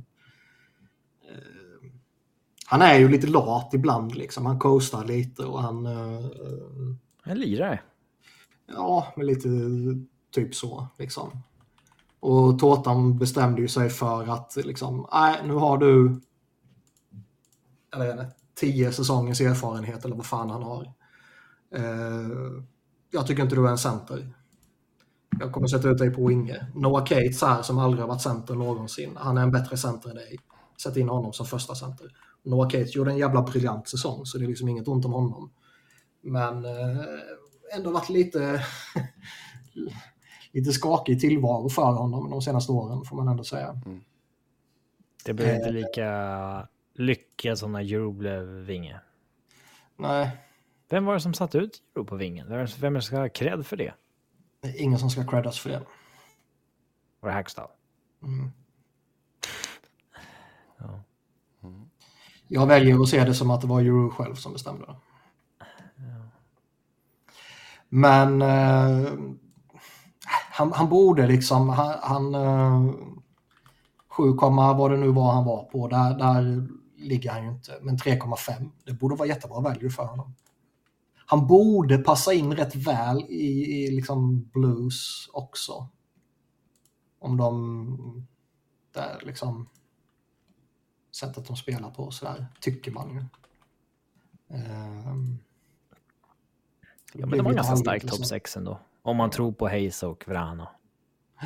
eh, han är ju lite lat ibland liksom. Han coastar lite och han eh, han lirar. Ja, men lite typ så liksom. Och tårtan bestämde ju sig för att liksom, nej, nu har du eller tio säsongers erfarenhet eller vad fan han har. Eh, jag tycker inte du är en center. Jag kommer sätta ut dig på winger. Noah Cates här som aldrig har varit center någonsin. Han är en bättre center än dig. Sätt in honom som första center. Noah Cates gjorde en jävla briljant säsong, så det är liksom inget ont om honom. Men eh, ändå varit lite lite skakig tillvaro för honom de senaste åren, får man ändå säga. Mm. Det blir eh, inte lika lyckat som när Euro blev vinge. Nej. Vem var det som satt ut Euro på vingen? Vem ska ha cred för det? Ingen som ska creddas för det. Var det Hackstall? Mm. Ja. Mm. Jag väljer att se det som att det var Euro själv som bestämde det. Ja. Men eh, han, han borde liksom han, han eh, sju, vad det nu var han var på, där, där ligger han ju inte. Men tre komma fem, det borde vara jättebra value för honom. Han borde passa in rätt väl i, i liksom Blues också. Om de där liksom sättet de spelar på så där, tycker man ju. Um, ja, men det var ganska starkt topp sex ändå. Om man tror på Hayes och Vrana. Ja.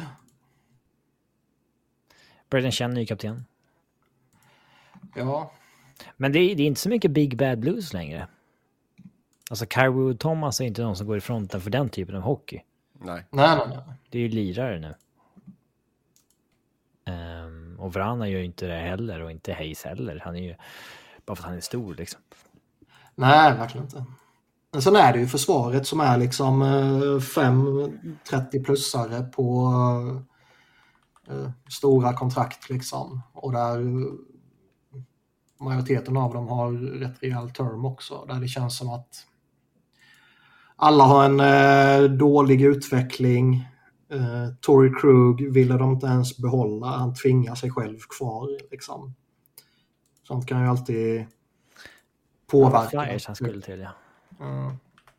Braden Chen, ny kapten. Ja. Men det är, det är inte så mycket Big Bad Blues längre. Alltså Kyrou Thomas är inte någon som går i fronten för den typen av hockey. Nej. Nej, nej, nej. Det är ju lirare nu. Um, och Vrana gör ju inte det heller och inte Hayes heller. Han är ju bara för att han är stor liksom. Nej, verkligen inte. Men sen är det ju försvaret som är liksom fem trettio-plussare på uh, stora kontrakt liksom. Och där uh, majoriteten av dem har rätt rejäl term också. Där det känns som att alla har en uh, dålig utveckling. Uh, Torrey Krug ville de inte ens behålla. Han tvingar sig själv kvar liksom. Sånt kan ju alltid påverka. Flyers han skulle till, ja. Mm.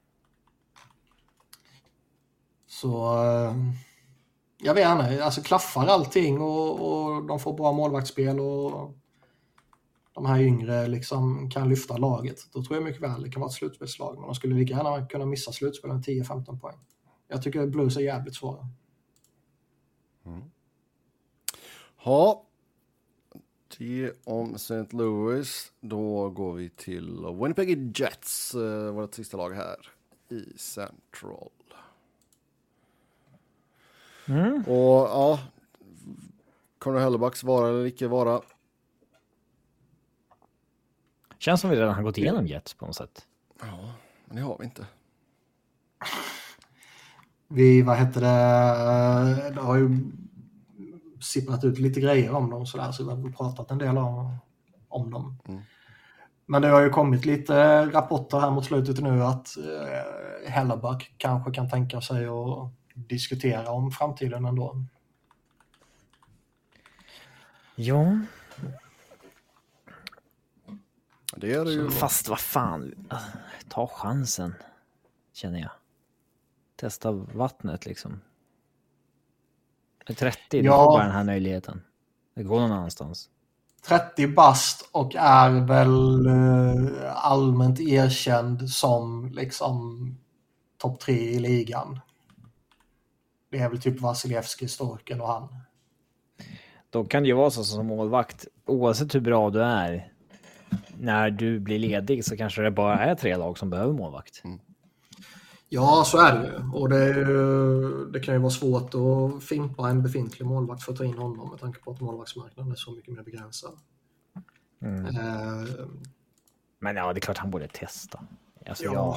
Så uh, jag vet inte, alltså klaffar allting och, och de får bra målvaktsspel och de här yngre liksom kan lyfta laget. Då tror jag mycket väl det kan vara ett slutspelslag, men de skulle lika gärna kunna missa slutspelen tio femton poäng. Jag tycker Blues är jävligt svåra. Mm. Ja, det om Saint Louis. Då går vi till Winnipeg Jets, uh, vårt sista lag här i Central. Mm. Och ja, Connor Hellebuycks vara eller icke vara? Känns som vi redan har gått igenom Jets på något sätt. Ja, men det har vi inte. Vi, vad heter det, det har ju sipprat ut lite grejer om dem så där, så vi har pratat en del om, om dem. Mm. Men det har ju kommit lite rapporter här mot slutet nu att eh, Hellebuck kanske kan tänka sig att diskutera om framtiden ändå. Ja. Det är det ju. Fast vad fan, ta chansen, känner jag. Testa vattnet liksom. trettio, du ja. får bara den här möjligheten. Det går någon annanstans. trettio bast och är väl eh, allmänt erkänd som liksom topp tre i ligan. Det är väl typ Vasilevski, Storken och han. Då kan det ju vara så som målvakt, oavsett hur bra du är, när du blir ledig så kanske det bara är tre lag som behöver målvakt. Mm. Ja, så är det ju. Och det, det kan ju vara svårt att fimpa en befintlig målvakt för att ta in honom med tanke på att målvaktsmarknaden är så mycket mer begränsad. Mm. Uh, Men ja, det är klart han borde testa. Alltså, ja. jag...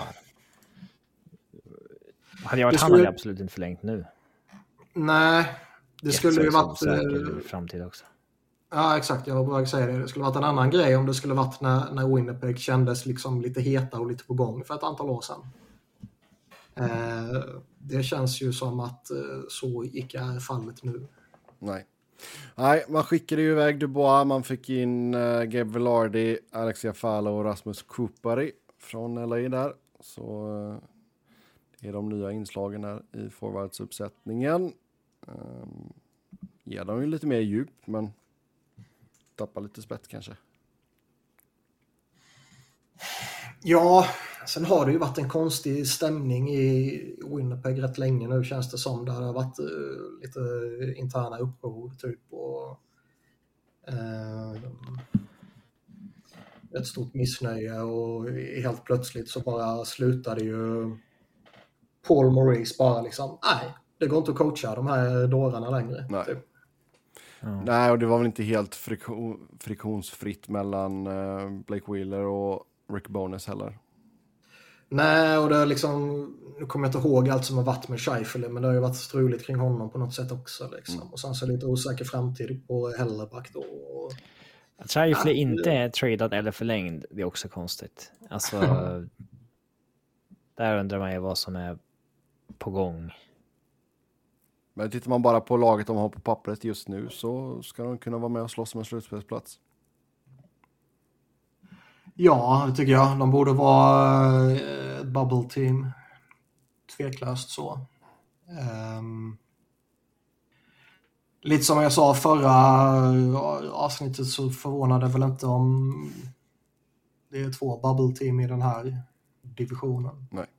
Hade jag varit skulle... han hade jag absolut inte förlängt nu. Nej, det skulle ju varit... Säker framtid också. Ja, exakt. Jag var bara att säga det. Det skulle varit en annan grej om det skulle varit när, när Winnipeg kändes liksom lite heta och lite på gång för ett antal år sedan. Eh, det känns ju som att eh, så icke är fallet nu. Nej. Nej, man skickade ju iväg Dubois. Man fick in uh, Gabe Velarde, Alexia Falo och Rasmus Kupari från L A där. Så uh, det är de nya inslagen här i forwardsuppsättningen. Um, ger dem ju lite mer djup, men tappar lite spett kanske. Ja, sen har det ju varit en konstig stämning i Winnipeg rätt länge nu, känns det som. Där det har varit uh, lite interna uppror typ och uh, ett stort missnöje och helt plötsligt så bara slutade ju Paul Maurice bara liksom, nej, det går inte att coacha de här dårarna längre. Nej. Typ. Mm. Nej, och det var väl inte helt friktion, friktionsfritt mellan uh, Blake Wheeler och Rick Bowness heller. Nej, och det är liksom, nu kommer jag inte ihåg allt som har varit med Scheifele, men det har ju varit struligt kring honom på något sätt också. Liksom. Mm. Och sen så lite osäker framtid på Hellebuck då. Och... Att Scheifele ja, inte är tradad eller förlängd, det är också konstigt. Alltså, där undrar man ju vad som är på gång. Men tittar man bara på laget de har på pappret just nu så ska de kunna vara med och slåss om en slutspelsplats. Ja, det tycker jag. De borde vara ett bubble team. Tveklöst så. Um, lite som jag sa förra avsnittet så förvånade väl inte om det är två bubble team i den här divisionen. Nej.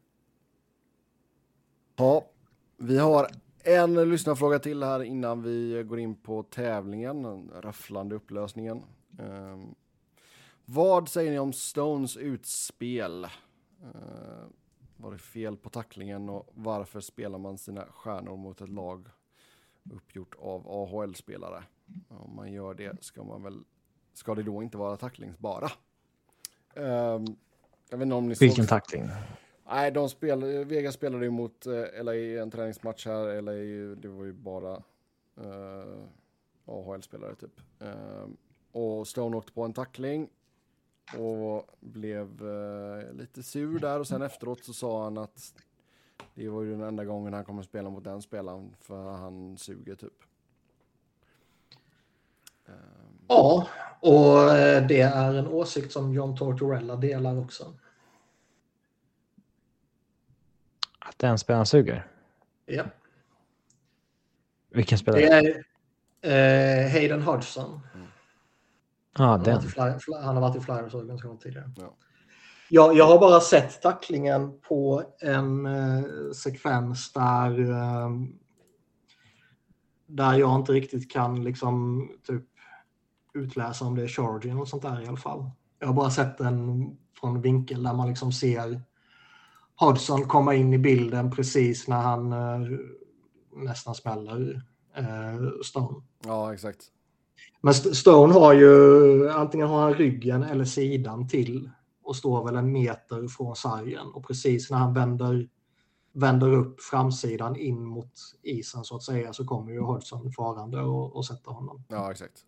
Ja, vi har en lyssnarfråga till här innan vi går in på tävlingen, den rafflande upplösningen. Um, Vad säger ni om Stones utspel? Uh, var det fel på tacklingen och varför spelar man sina stjärnor mot ett lag uppgjort av A H L-spelare? Om man gör det ska man väl ska det då inte vara tacklingsbara? Um, jag vet inte om ni Vilken såg... tackling? Nej, de spel... Vegas spelade ju mot uh, L A i en träningsmatch här. L A, det var ju bara uh, A H L-spelare typ. Um, och Stone åkte på en tackling och blev uh, lite sur där. Och sen efteråt så sa han att det var ju den enda gången han kommer spela mot den spelaren för han suger typ. Um, Ja, och det är en åsikt som John Tortorella delar också. Att den spelaren suger? Ja. Vilken spelare? Det är eh, Hayden Hodgson. Ja, mm. han, den. har varit fly, han har varit i Flyers organisation tidigare. Ja. Jag, jag har bara sett tacklingen på en eh, sekvens där, eh, där jag inte riktigt kan liksom typ utläsa om det är charging och sånt där i alla fall. Jag har bara sett den från vinkel där man liksom ser Hodgson komma in i bilden precis när han eh, nästan smäller eh, Stone. Ja, exakt. Men Stone har ju antingen har han ryggen eller sidan till och står väl en meter från sargen och precis när han vänder vänder upp framsidan in mot isen så att säga så kommer ju Hodgson farande och, och sätter honom. Ja, exakt.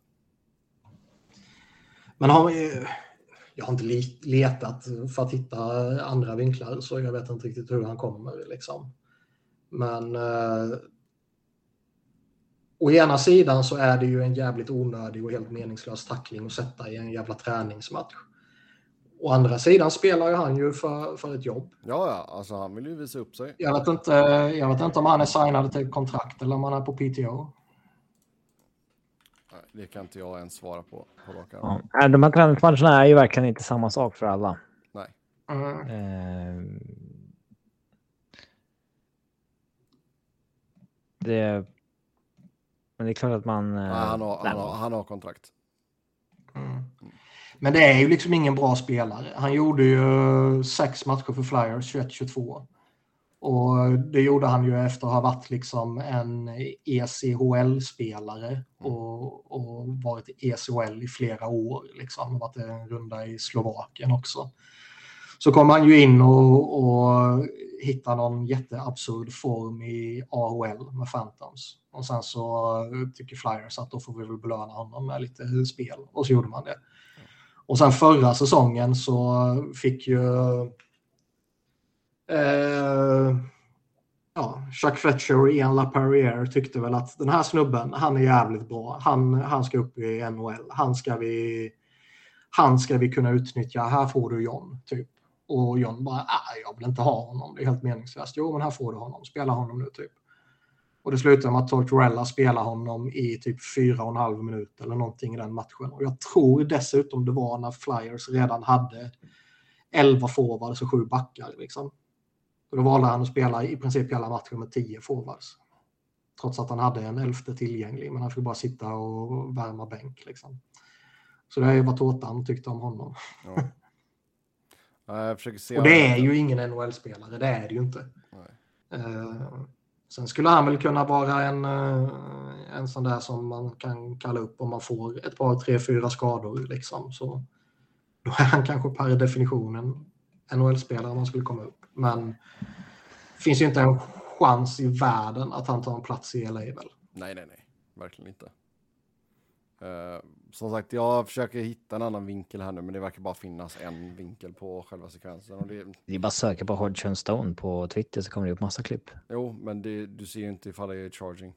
Men har, jag har inte letat för att hitta andra vinklar så jag vet inte riktigt hur han kommer liksom. Men eh, å ena sidan så är det ju en jävligt onödig och helt meningslös tackling att sätta i en jävla träningsmatch. Å andra sidan spelar ju han ju för, för ett jobb. Ja, ja, alltså han vill ju visa upp sig. Jag vet inte, jag vet inte om han är signad till kontrakt eller om han är på P T O. Nej, det kan inte jag ens svara på. på ja. De här träningsmatcherna är ju verkligen inte samma sak för alla. Nej. Mm. Eh, det, men det är klart att man... Nej, han, har, han, har, han har kontrakt. Mm. Men det är ju liksom ingen bra spelare. Han gjorde ju sex matcher för Flyers, tjugoett tjugotvå. Och det gjorde han ju efter att ha varit liksom en E C H L-spelare och, och varit i E C H L i flera år. Liksom. Varit en runda i Slovakien också. Så kom han ju in och, och hittade någon jätteabsurd form i A H L med Phantoms. Och sen så tycker Flyers att då får vi väl belöna honom med lite spel. Och så gjorde man det. Och sen förra säsongen så fick ju eh, ja, Chuck Fletcher och Ian LaPerriere tyckte väl att den här snubben, han är jävligt bra. Han, han ska upp i N H L. Han ska vi, han ska vi kunna utnyttja. Här får du John, typ. Och John bara, nej, jag vill inte ha honom. Det är helt meningslöst. Jo, men här får du honom. Spela honom nu, typ. Och det slutar med att Tortorella spelar honom i typ fyra och en halv minut eller någonting i den matchen. Och jag tror dessutom det var när Flyers redan hade elva forwards och sju backar. Liksom. Och då valde han att spela i princip hela matchen med tio forwards. Trots att han hade en elfte tillgänglig. Men han fick bara sitta och värma bänk. Liksom. Så det är ju vad Tårtan tyckte om honom. Ja. Jag försöker se och det är ju ingen N H L-spelare. Det är det ju inte. Nej. Uh, Sen skulle han väl kunna vara en, en sån där som man kan kalla upp om man får ett par, tre, fyra skador. Liksom. Så då är han kanske per definitionen N H L-spelare om man skulle komma upp. Men det finns ju inte en chans i världen att han tar en plats i L A väl? Nej, nej, nej. Verkligen inte. Uh, som sagt, jag försöker hitta en annan vinkel här nu, men det verkar bara finnas en vinkel på själva sekvensen. Och det... det är bara att söka på Hodgson Stone på Twitter så kommer det upp massa klipp. Jo, men det, du ser ju inte ifall det är charging.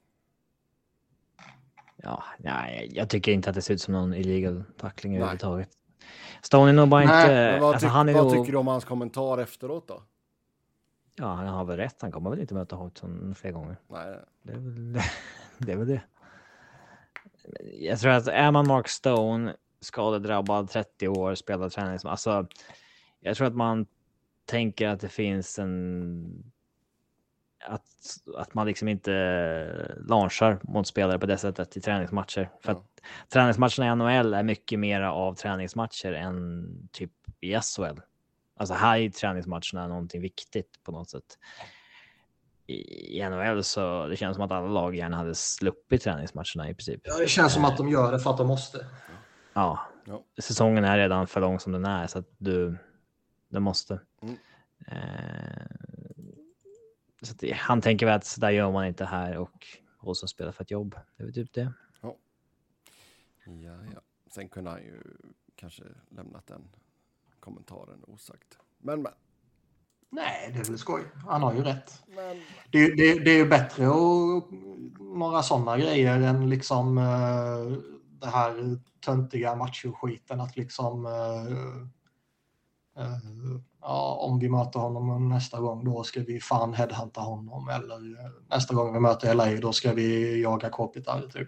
Ja, nej, jag tycker inte att det ser ut som någon illegal tackling överhuvudtaget. Stone är nog bara nej, inte... Men vad, alltså, tyck, han är vad nog... tycker du om hans kommentar efteråt då? Ja, han har väl rätt. Han kommer väl inte möta Hodgson fler gånger. Nej, nej. Det är väl det. Är väl det. Jag tror att är man Mark Stone, skadedrabbad, trettio år, spelar träning. Alltså, jag tror att man tänker att det finns en... Att, att man liksom inte launchar mot spelare på det sättet i träningsmatcher. För ja. att träningsmatcherna i N H L är mycket mera av träningsmatcher än typ i S H L. Alltså här i träningsmatcherna är någonting viktigt på något sätt. I N H L så det känns som att alla lag gärna hade sluppit träningsmatcherna i princip. Ja, det känns som att de gör det för att de måste. Ja, ja. Säsongen är redan för lång som den är så att du, du måste. Mm. Eh, så att han tänker väl att så där gör man inte här och och som spelar för ett jobb. Det är typ det. Ja. Ja, ja. Sen kunde han ju kanske lämnat den kommentaren osagt. Men, men. Nej, det är väl skoj. Han har ju rätt. Men... Det, det, det är ju bättre och några sådana grejer än liksom uh, det här töntiga macho-skiten att liksom uh, uh, ja, om vi möter honom nästa gång då ska vi fan headhunta honom eller uh, nästa gång vi möter L A då ska vi jaga kopitar typ.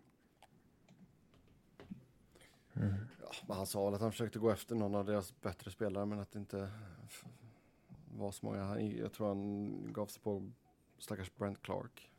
Mm. Ja, men han sa väl att han försökte gå efter någon av deras bättre spelare men att det inte var så många. Jag tror han gav sig på stackars Brent Clark.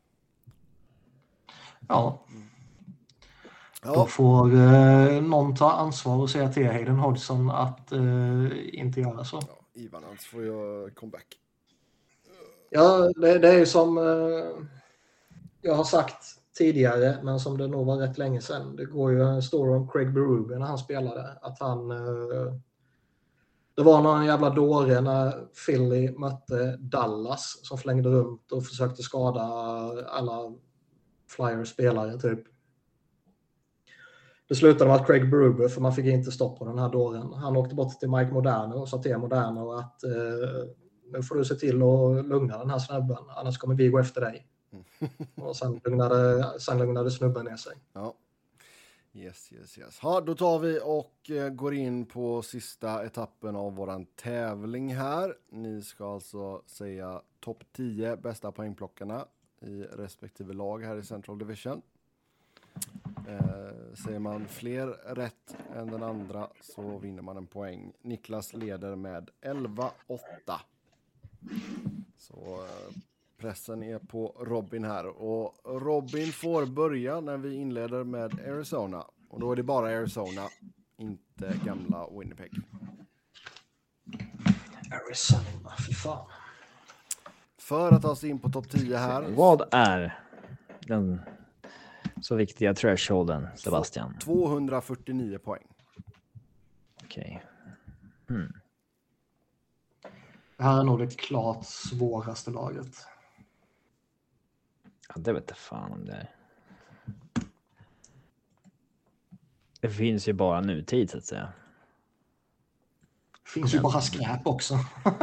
Ja. Mm. Ja. Då får eh, någon ta ansvar och säga till Hayden Hodgson att eh, inte göra så. Ja, Ivan hans får göra comeback. Ja, det, det är ju som eh, jag har sagt tidigare, men som det nog var rätt länge sedan. Det går ju en story om Craig Berube när han spelade. Att han... Eh, det var någon jävla dåre när Philly mötte Dallas som flängde runt och försökte skada alla Flyers-spelare typ. Det slutade med att Craig Berube, för man fick inte stopp på den här dåren. Han åkte bort till Mike Modano och sa till Modano att eh, nu får du se till att lugna den här snubben, annars kommer vi gå efter dig. Och sen lugnade, sen lugnade snubben ner sig. Ja. Yes, yes, yes. Ja, då tar vi och eh, går in på sista etappen av våran tävling här. Ni ska alltså säga topp tio bästa poängplockarna i respektive lag här i Central Division. Eh, säger man fler rätt än den andra så vinner man en poäng. Niklas leder med elva åtta. Så eh, pressen är på Robin här. Och Robin får börja när vi inleder med Arizona. Och då är det bara Arizona, inte gamla Winnipeg. Arizona, för fan. För att ta sig in på topp tio här. Vad är den så viktiga thresholden, Sebastian? tvåhundrafyrtionio poäng. Okej. Okay. Hmm. Det här är nog det klart svåraste laget. Ja, det vet jag fan om det är. Det finns ju bara nutid så att säga. Det finns ju bara skräp också.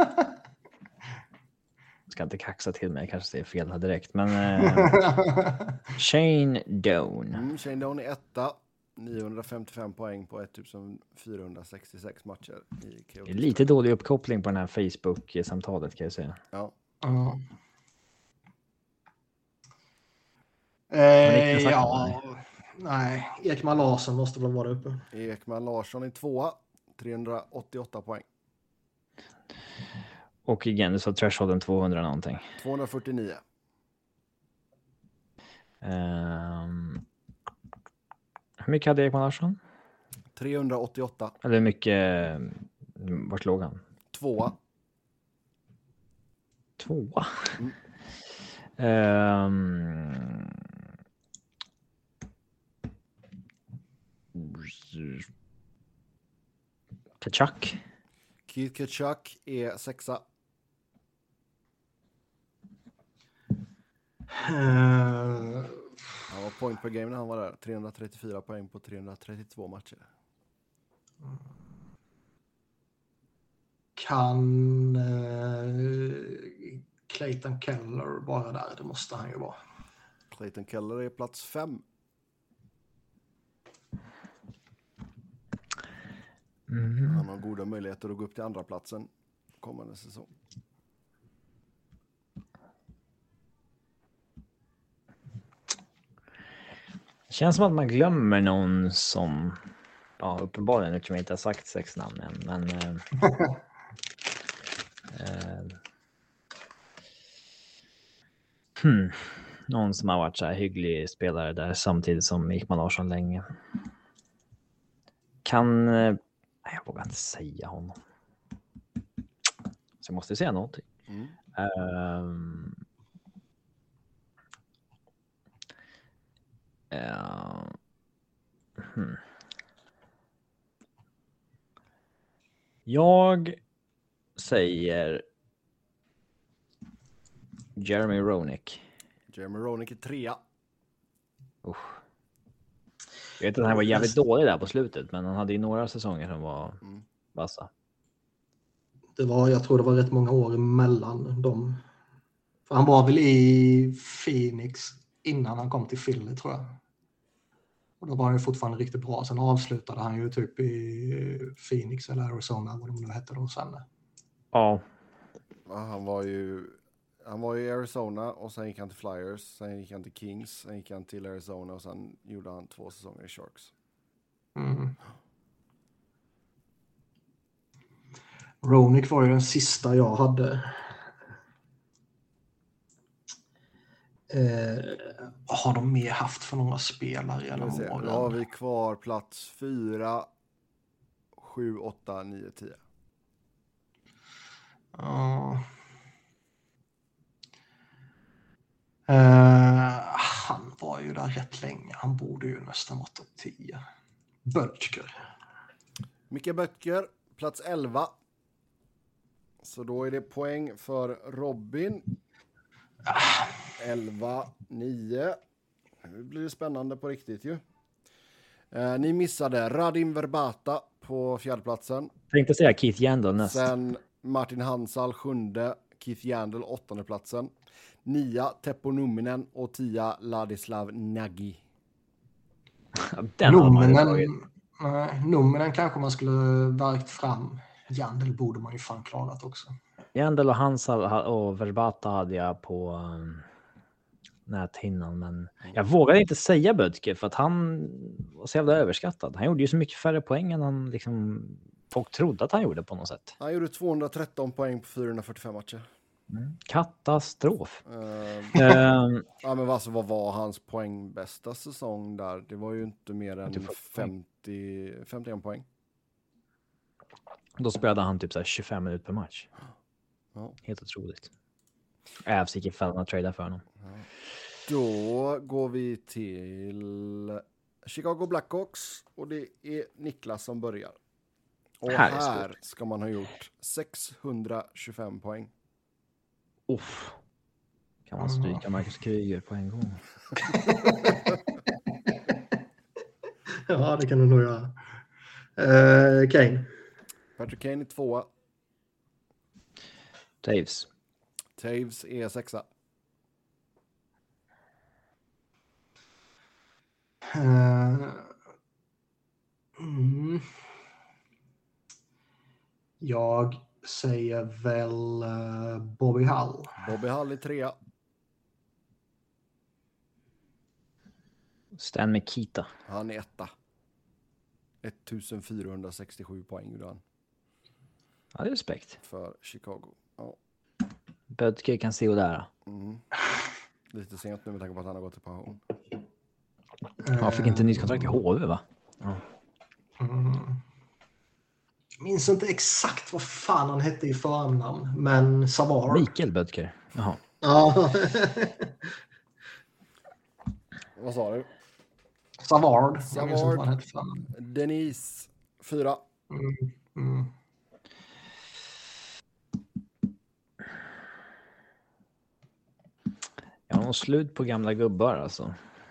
Ska inte kaxa till mig, kanske säger fel här direkt. Men eh, Shane Doan. Mm, Shane Doan är etta. niohundrafemtiofem poäng på fjortonhundrasextiosex matcher. I det är lite dålig uppkoppling på den här Facebook-samtalet kan jag säga. Ja. Mm. Eh, ja, nej. Ekman Larsson måste väl vara uppe. Ekman Larsson är tvåa. trehundraåttioåtta poäng. Och igen, du sa thresholden tvåhundra någonting. tvåhundrafyrtionio. Um, hur mycket hade Ekman Larsson? trehundraåttioåtta. Eller hur mycket, vart låg han? Tvåa. Tvåa? Mm. Um, Kachuk. Keith Kachuk är sexa. Uh... Han var point per game när han var där. trehundratrettiofyra poäng på trehundratrettiotvå matcher. Kan uh, Clayton Keller vara där? Det måste han ju vara. Clayton Keller är plats fem. Mm. Han har goda möjligheter att gå upp till andra platsen kommande säsong. Det känns som att man glömmer någon som, ja uppenbarligen eftersom jag inte har sagt sex namn än, men eh, eh, hmm, någon som har varit så här hygglig spelare där samtidigt som Ekman Larsson länge. Kan, eh, jag vågar inte säga honom. Så jag måste säga någonting. Mm. Um, uh, hmm. Jag säger Jeremy Roenick. Jeremy Roenick är trea. Usch. Jag vet att han var jävligt dålig där på slutet, men han hade ju några säsonger som var Mm. vassa. Det var, jag tror det var rätt många år emellan dem. För han var väl i Phoenix innan han kom till Philly, tror jag. Och då var han ju fortfarande riktigt bra. Sen avslutade han ju typ i Phoenix eller Arizona, vad de nu hette då sen. Ja. Ja, han var ju han var i Arizona och sen gick han till Flyers, sen gick han till Kings, sen gick han till Arizona och sen gjorde han två säsonger i Sharks. Mm. Roenick var ju den sista jag hade. Eh, vad har de mer haft för några spelare genom åren? Då har vi kvar plats fyra, sju, åtta, nio, tio. Ja. Uh, han var ju där rätt länge. Han borde ju nästan vara topp tio. Böttger. Micke Böttger, plats elva. Så då är det poäng för Robin. Ah. elva, nio. Nu blir det spännande på riktigt ju. Eh, ni missade Radim Verbata på fjärdeplatsen. Tänkte säga Keith Yandel näst. Sen Martin Hansal sjunde, Keith Yandel åttonde platsen. Nia Teppo Numminen och tia Ladislav Nagy. Den Numminen, nej, Numminen kanske man skulle verkt fram. Yandel borde man ju fan klarat också. Yandel och Hansal och Verbata hade jag på um, näthinnan, men jag vågade inte säga Böttger för att han var så jävla överskattad. Han gjorde ju så mycket färre poäng än han liksom folk trodde att han gjorde på något sätt. Han gjorde tvåhundratretton poäng på fyrahundrafyrtiofem matcher. Mm. Katastrof. Uh, um, ja, men alltså, vad var hans poäng bästa säsong där? Det var ju inte mer än femtio, femtioen poäng. Då spelade han typ så här tjugofem minuter per match. Ja. Helt otroligt. Ävs gick i fällan att trada för honom. Ja. Då går vi till Chicago Blackhawks och det är Niklas som börjar. Och här, här ska man ha gjort sexhundratjugofem poäng. Uff. Kan man stryka Marcus Kryger på en gång? Ja, det kan du nog göra. Uh, Kane. Patrick Kane är tvåa. Taves. Taves är sexa. Uh, mm. Jag säger väl uh, Bobby Hull. Bobby Hull är trea. Stan Mikita. Han är etta. ettusenfyrahundrasextiosju poäng gjorde han. Ja, det är respekt. För Chicago. Ja. Böttger kan se och lära. Mm. Lite sent nu med tanke på att han har gått i pension. Han fick inte nytt kontrakt i H V, va? Ja. Mm. Jag minns inte exakt vad fan han hette i förnamn, men Savard. Mikael Böttger. Jaha. Ja. Vad sa du? Savard. Savard. Denise, fyra. Mm. Mm. Jag har nog slut på gamla gubbar alltså.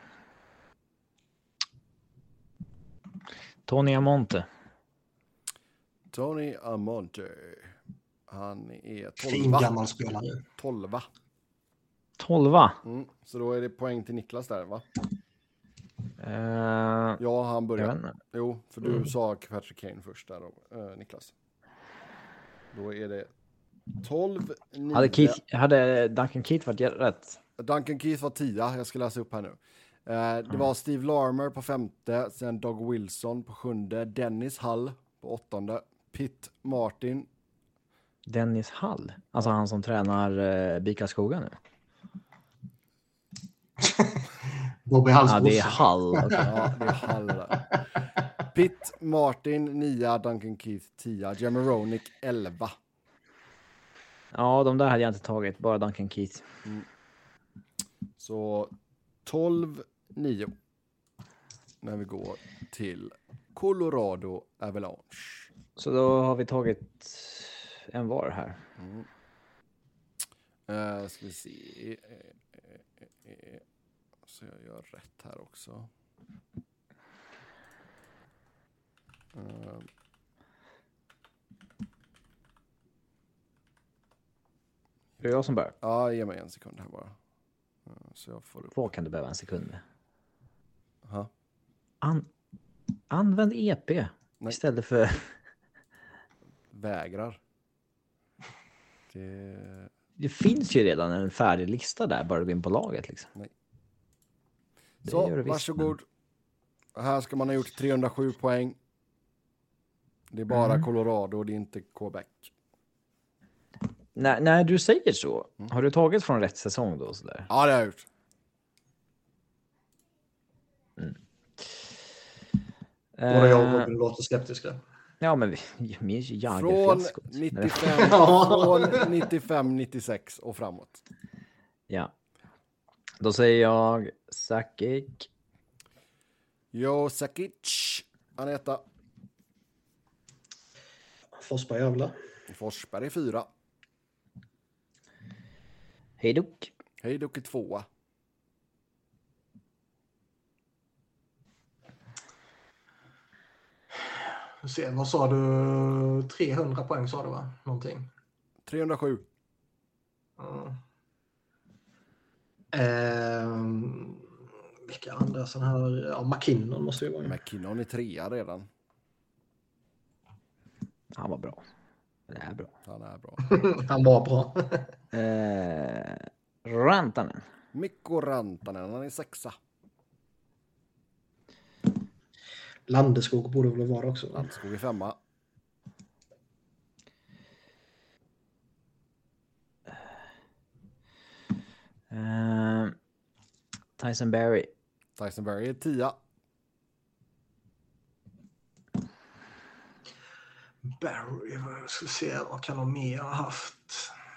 Tony Amonte. Tony Amonte. Han är fin tolva. gammal spelare. Tolva. Tolva. Mm. Så då är det poäng till Niklas där, va? Uh, ja, han börjar. Jag jo, för du Mm. sa Patrick Kane först där då, uh, Niklas. Då är det tolv, nio. Hade, Keith, hade Duncan Keith varit rätt? Duncan Keith var tia, jag ska läsa upp här nu. Uh, det Mm. var Steve Larmer på femte, sen Doug Wilson på sjunde, Dennis Hull på åttonde, Pitt Martin. Dennis Hall. Alltså han som tränar uh, Bika Skoga nu. Bobby Hulls Ja, det är brorsa. Hall. Okay. Ja, det är Hull där. Pitt Martin, nia, Duncan Keith, tia, Jeremy Roenick, elva. Ja, de där hade jag inte tagit. Bara Duncan Keith. Mm. Så tolv nio. När vi går till Colorado Avalanche. Så då har vi tagit en var här. Mm. Uh, ska vi se. Uh, uh, uh, uh. Så jag gör rätt här också. Uh. Är det jag som börjar? Ja, ge mig en sekund här bara. Uh, så jag får upp. Vad kan du behöva en sekund med? Aha. An- använd E P Nej. istället för... Vägrar. Det... Det finns ju redan en färdig lista där, bara gå in på laget liksom. Nej. Det Så, gör det visst, varsågod. Men... Här ska man ha gjort trehundrasju poäng. Det är bara Mm. Colorado, det är inte Quebec. När, när du säger så, Mm. har du tagit från rätt säsong då? Sådär? Ja, det har jag gjort. Både jag och Eh, Robin låter skeptiska. ja, men vi, vi är ju Från Jägerflaskor. nittiofem, från nittiofem nittiosex och framåt. Ja. Då säger jag Sakic. Jo, Sakic. Aneta. Forsberg jävla. Forsberg är fyra. Hejduk. Hejduk är tvåa. Se, vad sa du? trehundra poäng sa du va? Någonting. trehundrasju. Mm. Ehm, vilka andra sådana här? Ja, McKinnon måste ju vara med. McKinnon är trea redan. Han var bra. Det är bra. Han är bra. Han var bra. Eh, Rantanen. Mikko Rantanen, han är sexa. Landeskog borde väl vara också. Va? Landskog är femma. Eh, Tyson Berry. Tyson Berry är tia. Barry, jag ska se vad kan de mer ha haft.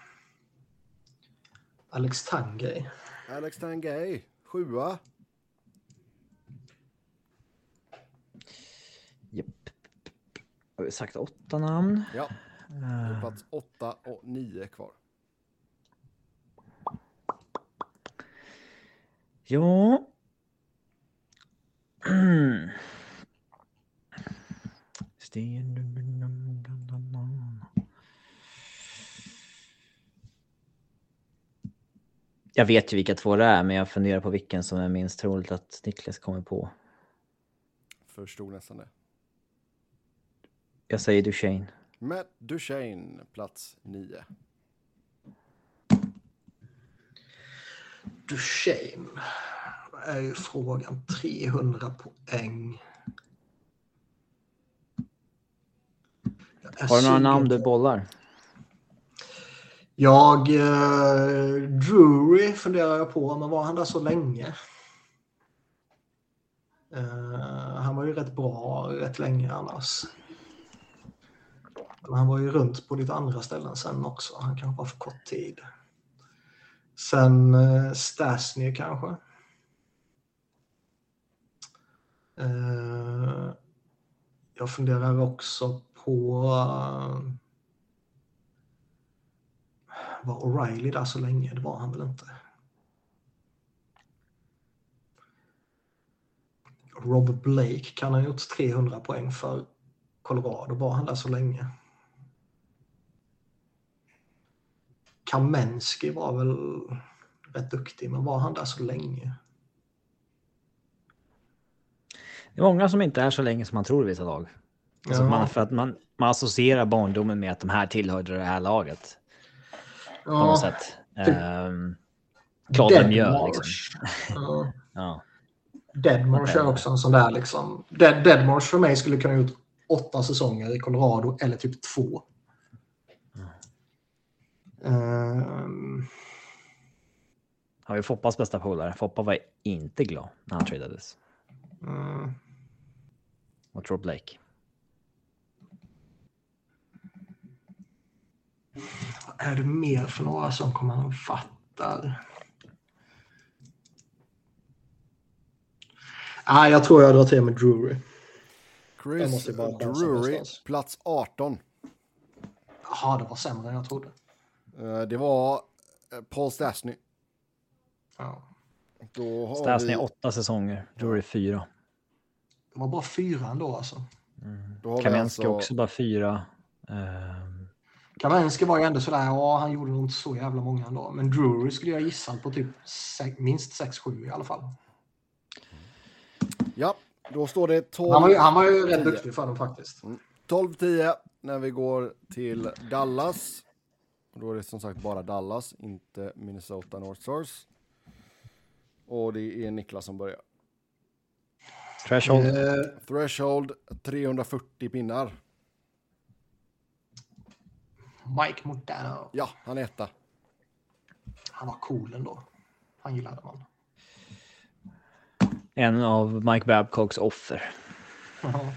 Alex Tangay. Alex Tangay, sjua. Japp. Har vi sagt åtta namn? Ja, Eh, på plats åtta och nio kvar. ja. Jag vet ju vilka två det är, men jag funderar på vilken som är minst troligt att Niklas kommer på. Förstod nästan det. Jag säger Duchene. Matt Duchene, plats nio. Duchene är ju frågan. trehundra poäng. Har du några namn du bollar? Jag, eh, Drury funderar jag på, men var han där så länge? Eh, han var ju rätt bra rätt länge annars. Men han var ju runt på lite andra ställen sen också. Han kanske var för kort tid. Sen eh, Stastny kanske. Eh, jag funderar också på... Uh, var O'Reilly där så länge? Det var han väl inte? Rob Blake kan ha gjort trehundra poäng för Colorado. Var han där så länge? Kamensky var väl rätt duktig, men var han där så länge? Det är många som inte är så länge som man tror vissa lag. Alltså Ja. man, för att man, man associerar barndomen med att de här tillhörde det här laget. På Ja, något sätt. typ Um, Claude Lemieux liksom. Ja. Ja. Deadmarsh är också en sån där liksom. Dead, Deadmarsh för mig skulle kunna ha gjort åtta säsonger i Colorado eller typ två. Um, Har vi Foppas bästa polare. Foppa var inte glad när han tradades. mm, Och Rob Blake. Vad är det mer för några som kommer han fattar? Ah, jag tror jag drar till med Drury. Chris Drury, plats arton. Jaha, det var sämre än jag trodde. Uh, det var Paul Stastny. Ja. Då har Stastny vi... åtta säsonger, Drury fyra. Det var bara fyra ändå alltså. Mm. Kamensky alltså... också bara fyra. Um... Kamensky var ju ändå sådär, ja han gjorde nog inte så jävla många ändå. Men Drury skulle jag gissa på typ sex, minst sex sju i alla fall. Ja, då står det tolv. Han var ju, han var ju rätt duktig för dem faktiskt. Mm. tolv tio när vi går till Dallas. Då är det som sagt bara Dallas, inte Minnesota North Stars. Och det är Niklas som börjar. Threshold. Uh, Threshold, trehundrafyrtio pinnar. Mike Modano. Ja, han är etta. Han var cool ändå. Han gillade man. En av Mike Babcocks offer. Uh-huh.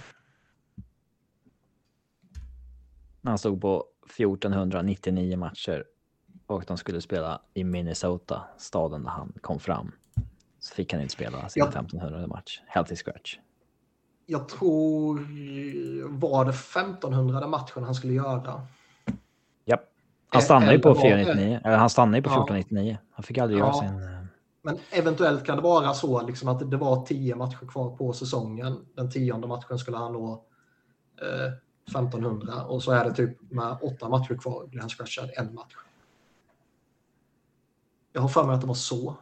Han stod på fjortonhundranittionio matcher och de skulle spela i Minnesota, staden där han kom fram. Så fick han inte spela sin ja. femtonhundra match. Healthy scratch. Jag tror var det femtonhundra matchen han skulle göra. Japp. Han stannade ju på fyrahundranittionio. Eller han stannade ju på fjortonhundranittionio. Han fick aldrig ja. göra sin... Men eventuellt kan det vara så liksom att det var tio matcher kvar på säsongen. Den tionde matchen skulle han nå eh, femtonhundra. Och så är det typ med åtta matcher kvar blir han scratchad en match. Jag har för mig att det var så.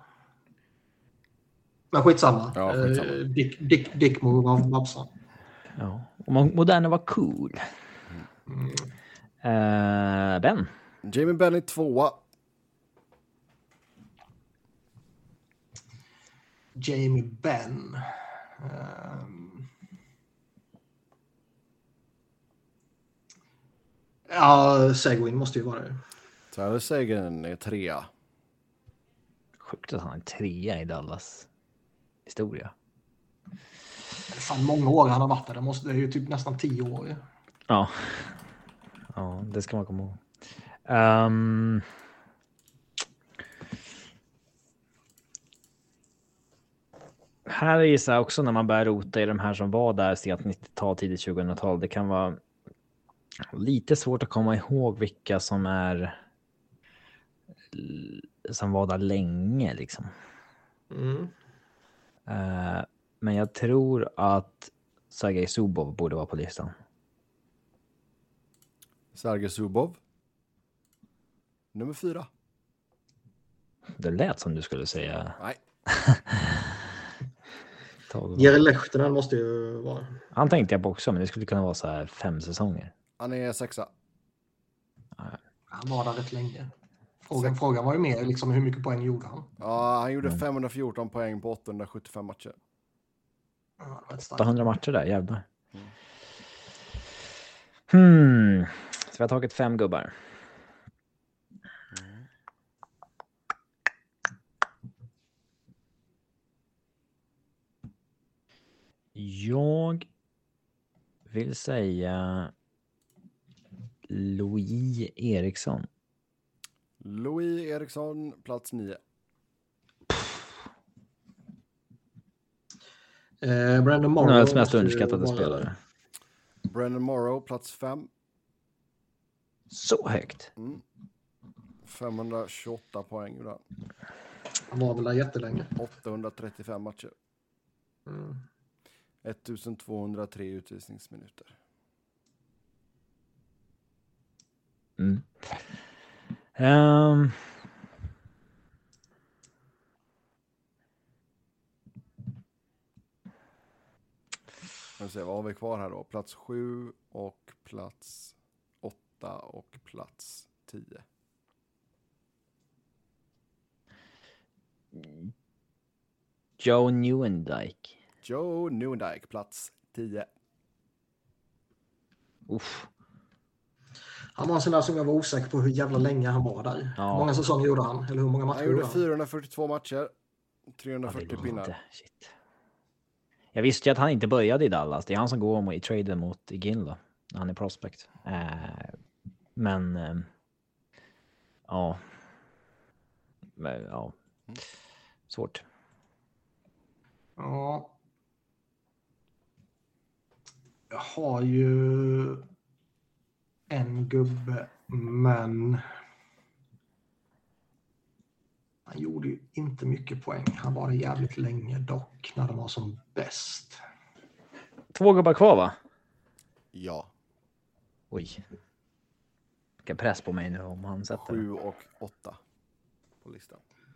Men skitsamma. Ja, skitsamma. Eh, dick, dick, dick move av Babsan. Ja, och Moderna var cool. Mm. Uh, Ben. Jamie Benn är tvåa. Jamie Benn. Um... Ja, Seguin måste ju vara det. Tyler Seguin är trea. Sjukt att han är trea i Dallas historia. Det är fan många år han har varit där. Det, måste, det är ju typ nästan tio år. Ju. Ja. Ja, det ska man komma ihåg. Um... Här gissar jag också när man börjar rota i de här som var där sent nittiotal, tidigt tjugohundratal. Det kan vara lite svårt att komma ihåg vilka som är som var där länge liksom. Mm. Uh, men jag tror att Sergej Zubov borde vara på listan. Sergej Zubov. Nummer fyra. Det lät som du skulle säga. Nej. Jere Lehtinen måste ju vara. Han tänkte jag på också, men det skulle kunna vara så här fem säsonger. Han är sexa. Han var där rätt länge. Frågan, frågan var ju mer liksom hur mycket poäng gjorde han? Ja, han gjorde mm. femhundrafjorton poäng på åttahundrasjuttiofem matcher. Ja, åttahundra matcher där, jävlar. Mm. Hmm. Så vi har tagit fem gubbar. Mm. Jag vill säga Louis Eriksson. Louis Eriksson, plats nio. Eh, Brandon Morrow. Några mest underskattade spelare. Brandon Morrow, plats fem. Så högt. Mm. femhundratjugoåtta poäng gjorde han. Han var väl där jättelänge. åttahundratrettiofem matcher. Mm. ettusentvåhundratre utvisningsminuter. Mm. Um. Jag ser, vad har vi kvar här då? Plats sju och plats åtta och plats tio. Joe Nieuwendyk. Joe Nieuwendyk, plats tio. Uff. Han var en sån där som jag var osäker på hur jävla länge han var där. Ja. Hur många säsonger gjorde han? Eller hur många matcher han gjorde han? fyrahundrafyrtiotvå matcher. trehundrafyrtio ja, pinnar. Shit. Jag visste ju att han inte började i Dallas. Det är han som går i traden mot Ginla. Han är prospect. Eh, men eh, Ja. Men ja. Svårt. Ja. Jag har ju en gubbe, men han gjorde ju inte mycket poäng. Han var det jävligt länge dock när de var som bäst. Två gubbar kvar, va? Ja. Oj. Vilken press på mig nu om han sätter. Sju och åtta på listan.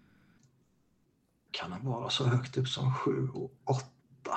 Kan han vara så högt upp som sju och åtta?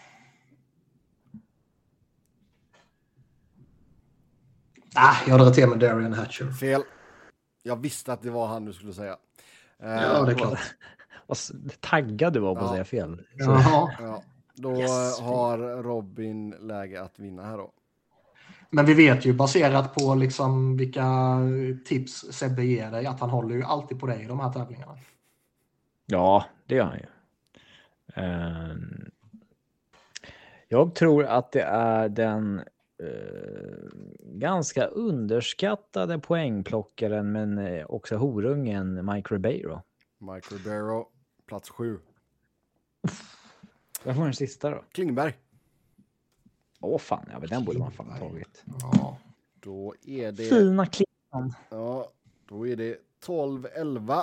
Ah, jag drar till med Darian Hatcher. Fel. Jag visste att det var han du skulle säga. Eh, Ja, det är klart. Vad taggad du var på att Ja. säga fel. Så. Jaha. Ja, då Yes. har Robin läge att vinna här då. Men vi vet ju baserat på liksom vilka tips Sebbe ger dig att han håller ju alltid på dig i de här tävlingarna. Ja, det gör han ju. Um, jag tror att det är den uh, ganska underskattade poängplockaren men uh, också horungen Mike Ribeiro. Mike Ribeiro, plats sju. Vad var den sista då? Klingberg. Åh fan, ja, men den borde man fan tagit. Ja. Då är det... Fina klippan. Ja, då är det tolv elva.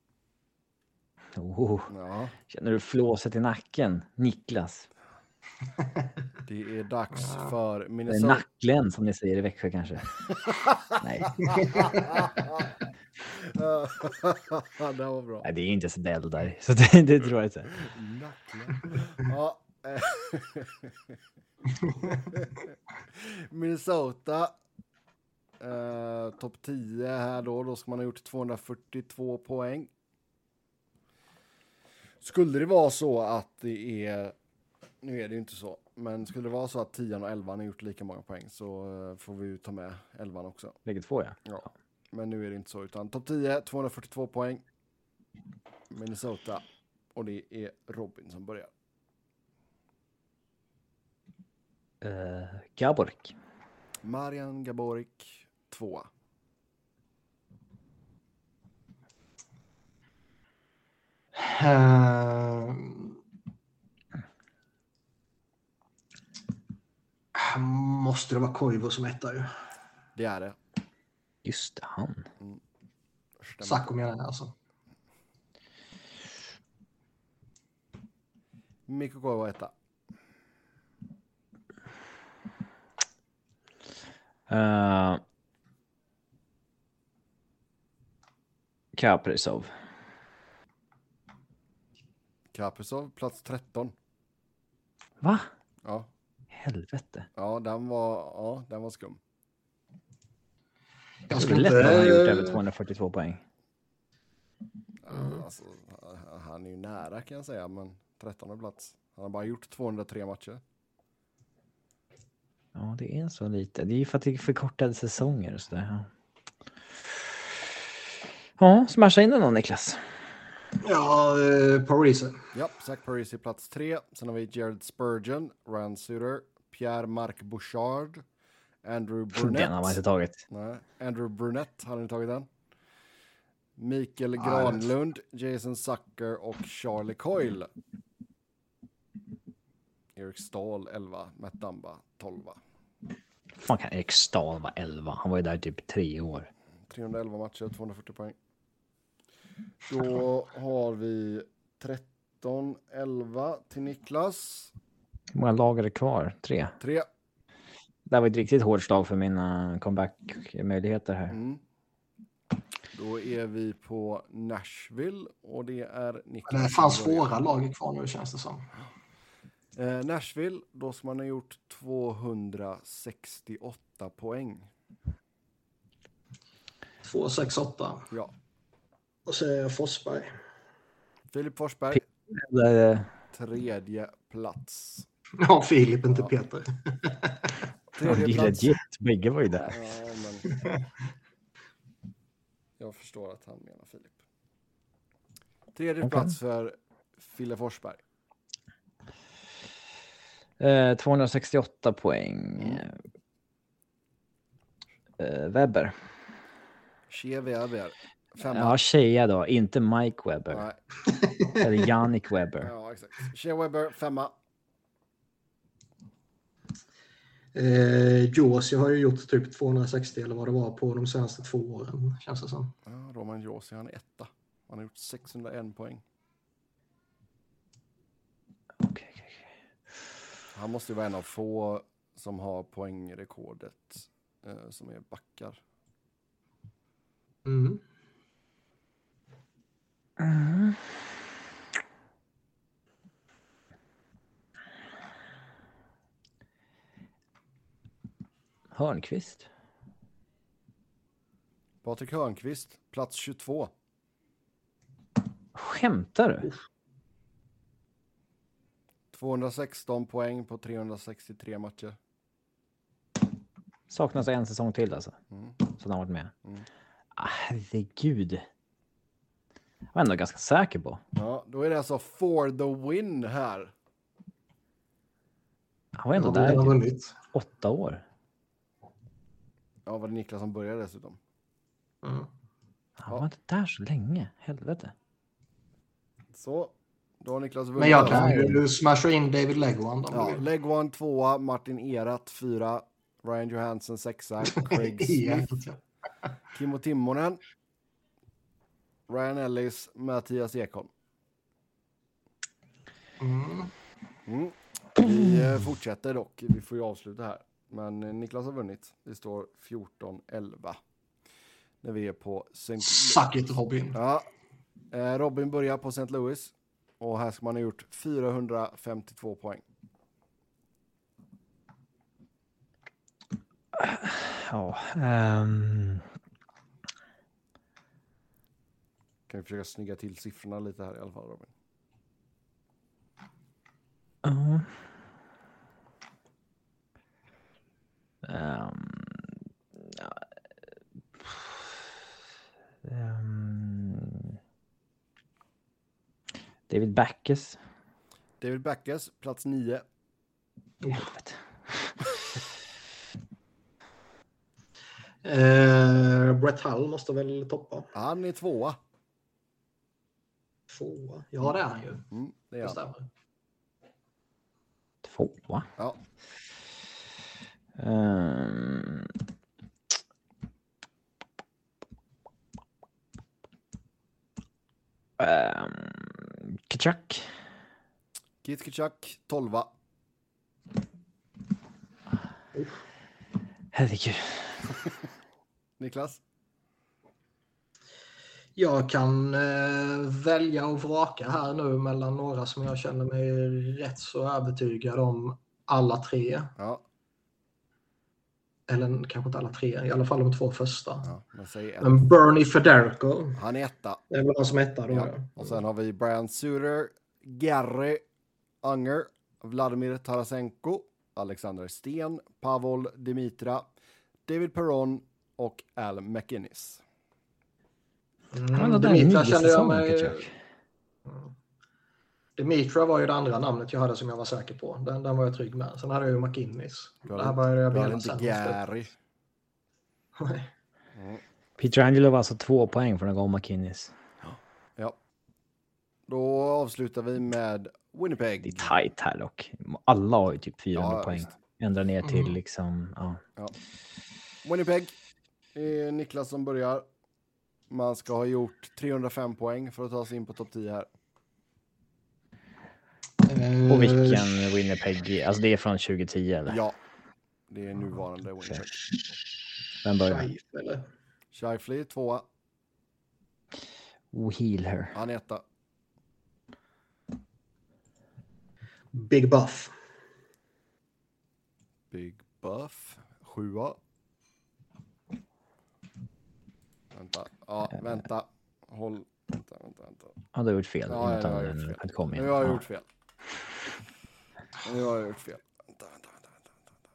Oh, Ja, känner du flåset i nacken, Niklas? det är dags för Det är Minnesota. nacklen som ni säger i Växjö kanske. Nej. Det var bra. Nej, det är inte så del där. Så det, det tror jag inte. Nacklen. Ja. eh. Minnesota. Eh, topp tio här då. Då ska man ha gjort tvåhundrafyrtiotvå poäng. Skulle det vara så att det är... Nu är det ju inte så. Men skulle det vara så att tio och elva har gjort lika många poäng så eh, får vi ju ta med elva också. Lägger två, ja. Ja. Men nu är det inte så. Utan topp tio, tvåhundrafyrtiotvå poäng. Minnesota. Och det är Robin som börjar. Uh, Gabork. Marian Gaborik, tvåa. Uh, måste det vara Koivu som etta ju. Det är det. Just det, han. Stämmer. Sacco menar jag alltså. Mikko Koivu etta. Uh, Kaprizov. Kaprizov, plats tretton. Va? Ja. Helvete. Ja, den var, ja, den var skum. Jag Det ska är lätt att han har gjort inte... över tvåhundrafyrtiotvå poäng. Ja, alltså, han är ju nära kan jag säga, men trettonde plats. Han har bara gjort tvåhundratre matcher. Ja, det är så lite. Det är ju för att det är förkortade säsonger och sådär. Ja, ja smasha in den då, Niklas. Ja, eh, Parise. Ja, Zach Parise plats tre. Sen har vi Jared Spurgeon, Ryan Suter, Pierre-Marc Bouchard, Andrew Burnett. Den har man inte tagit. Nej, Andrew Burnett, hade ni tagit den? Mikael Ja, Granlund, Jason Zucker och Charlie Coyle. Erik Stahl elva, Matt Dumba tolva. Fan kan Erik Stahl vara elva? Han var ju där typ tre år. trehundraelva matcher, tvåhundrafyrtio poäng. Då har vi tretton elva till Niklas. Hur många lag är det kvar? Tre. tre. Det här var ett riktigt hårt slag för mina comeback-möjligheter här. Mm. Då är vi på Nashville och det är Niklas. Det är fan som börjar. svåra lag kvar nu känns det som. Eh, Nashville, då ska man ha gjort tvåhundrasextioåtta poäng. två sex åtta. Ja. Och så är jag Forsberg. Filip Forsberg, Eller, tredje plats. Ja, Filip, inte Ja. Peter. Tredje det är plats. legit. Bägge var ju där. Ja, men... Jag förstår att han menar Filip. Tredje Okej. plats för Fille Forsberg. Eh, tvåhundrasextioåtta poäng. Eh, Webber. Che Weber, femma. Ja, Shea då, inte Mike Webber. Nej. Eller Yannick Webber. Ja, exakt. Shea Webber, femma. Eh, Josie har ju gjort typ tvåhundrasextio eller vad det var på de senaste två åren, känns det som. Ja, Roman Josie, han är etta. Han har gjort sexhundraen poäng. Okej, okay, okej. Okay. Han måste ju vara en av få som har poängrekordet eh, som är backar. Mm. Mm. Hörnqvist. Patrik Hörnqvist, plats tjugotvå. Skämtar du? tvåhundrasexton poäng på trehundrasextiotre matcher. Saknas en säsong till alltså. Mm. Så han har varit med. Mm. Ah, herregud. Jag var ändå ganska säker på. Ja, då är det alltså for the win här. Han var ändå Ja, där han har i vunnit. åtta år. Ja, var det Niklas som började dessutom? Mm. Han var inte där så länge. Helvete. Så, då har Niklas vunnit. Men jag kan ju smasha in David Legoan. Ja, Legoan tvåa, Martin Erat fyra, Ryan Johansson sexa, Craig Smith, Kimmo Timonen, Ryan Ellis, Mattias Ekholm. Mm. Mm. Vi eh, fortsätter dock, vi får ju avsluta här. Men eh, Niklas har vunnit. Det står fjorton elva. När vi är på Saint Suck it, Robin. Ja, eh, Robin börjar på Saint Louis. Och här ska man ha gjort fyrahundrafemtiotvå poäng. Ja. Um... Kan vi försöka snygga till siffrorna lite här i alla fall, Robin? Uh. Um... Um... David Backes. David Backes, plats nio. Helvete. eh, Brett Hull måste väl toppa. Han är tvåa. Tvåa. Ja, det är han ju. Mm, det är Det han. stämmer. Tvåa. Ja. Um... Um... Kachuk. Keith Kachuk, tolva. Herregud. Niklas? Jag kan eh, välja och vraka här nu mellan några som jag känner mig rätt så övertygad om alla tre. Ja. Eller kanske inte alla tre, i alla fall de två första. Ja, men säg ett. Men Bernie Federico. Han är etta. Det är väl han som är etta då. Ja. Ja. Och sen har vi Brian Suter, Gary Unger, Vladimir Tarasenko, Alexander Sten, Pavol Dimitra, David Perron och Al McInnes. Mm, Dimitra kände jag mig... Mm. Dimitra var ju det andra namnet jag hade som jag var säker på. Den, den var jag trygg med. Sen hade jag ju McInnes. Du Det här började jag hade bli inte sämre. Gary. Nej. Mm. Peter Angelo var alltså två poäng från att gå McInnes. Ja. Då avslutar vi med Winnipeg. Det är tajt här dock. Alla har ju typ fyrahundra Ja, poäng. visst. Ändra ner till Mm. liksom, ja. Ja. Winnipeg. Det är Niklas som börjar. Man ska ha gjort trehundrafem poäng för att ta sig in på topp tio här. Och vilken Winnipeg, alltså det är från tjugohundratio eller? Ja. Det är nuvarande Winnipeg. Vem börjar? Scheif, eller? Scheifele, tvåa. Wheeler. Han är etta. Big Buff. Big Buff, sjua. Vänta, ja, vänta. Håll, vänta, vänta, vänta. Ja, du har gjort fel. Ja, Utan jag har gjort fel. att komma in. Nu har jag Ja. gjort fel. Nu har jag gjort fel. Vänta, vänta, vänta, vänta, vänta, vänta.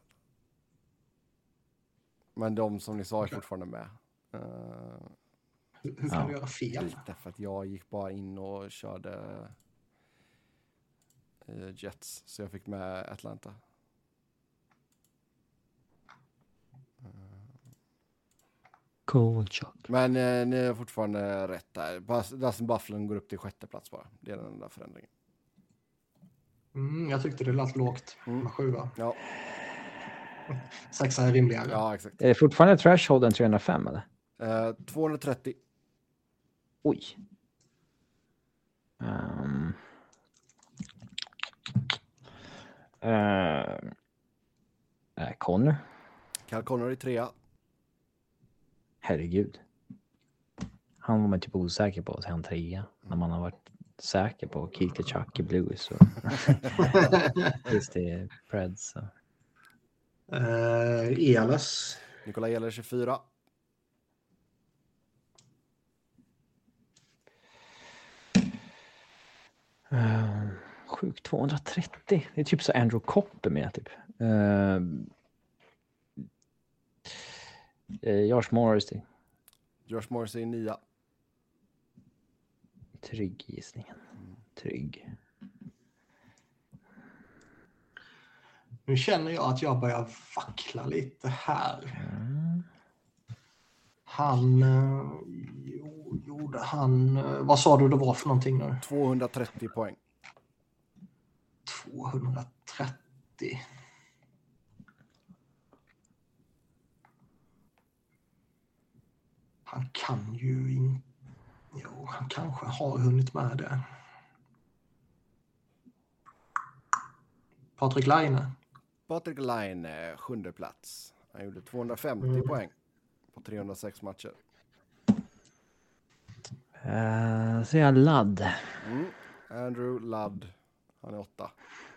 Men de som ni sa är fortfarande med. Uh, Hur, hur kan Ja. du göra fel? därför att jag gick bara in och körde uh, Jets. Så jag fick med Atlanta. Kovalchuk. Men eh, ni är fortfarande rätt där. Bas- Dustin Byfuglien går upp till sjätte plats bara. Det är den enda förändringen. Mm, jag tyckte det lät lågt Mm. med sjua. Ja, Sexa är rimligare. ja exakt. Är det fortfarande thresholden trehundrafem eller? Eh, tvåhundratrettio. Oj. Um. Uh. Uh, Connor. Cal Connor i trea. Herregud. Han var man typ osäker på att han trea. När man har varit säker på Keith Tkachuk i Blues. Och just det, Preds. Så. Uh, Ehlers. Nikolaj Ehlers tjugofyra. Uh, sjukt tvåhundratrettio. Det är typ så Andrew Coppe med typ. Uh, uh, Josh Morrissey. Josh Morrissey i nia. Trygg gissningen. Trygg. Nu känner jag att jag börjar vackla lite här. Mm. Han uh, jo, gjorde han... Uh, vad sa du det var för någonting nu? tvåhundratrettio poäng. tvåhundratrettio. Han kan ju inte... Jo, han kanske har hunnit med det. Patrik Laine. Patrik Laine, sjunde plats. Han gjorde tvåhundrafemtio Mm. poäng på trehundrasex matcher. Uh, så jag ladd. Mm. Andrew Ladd, han är åtta.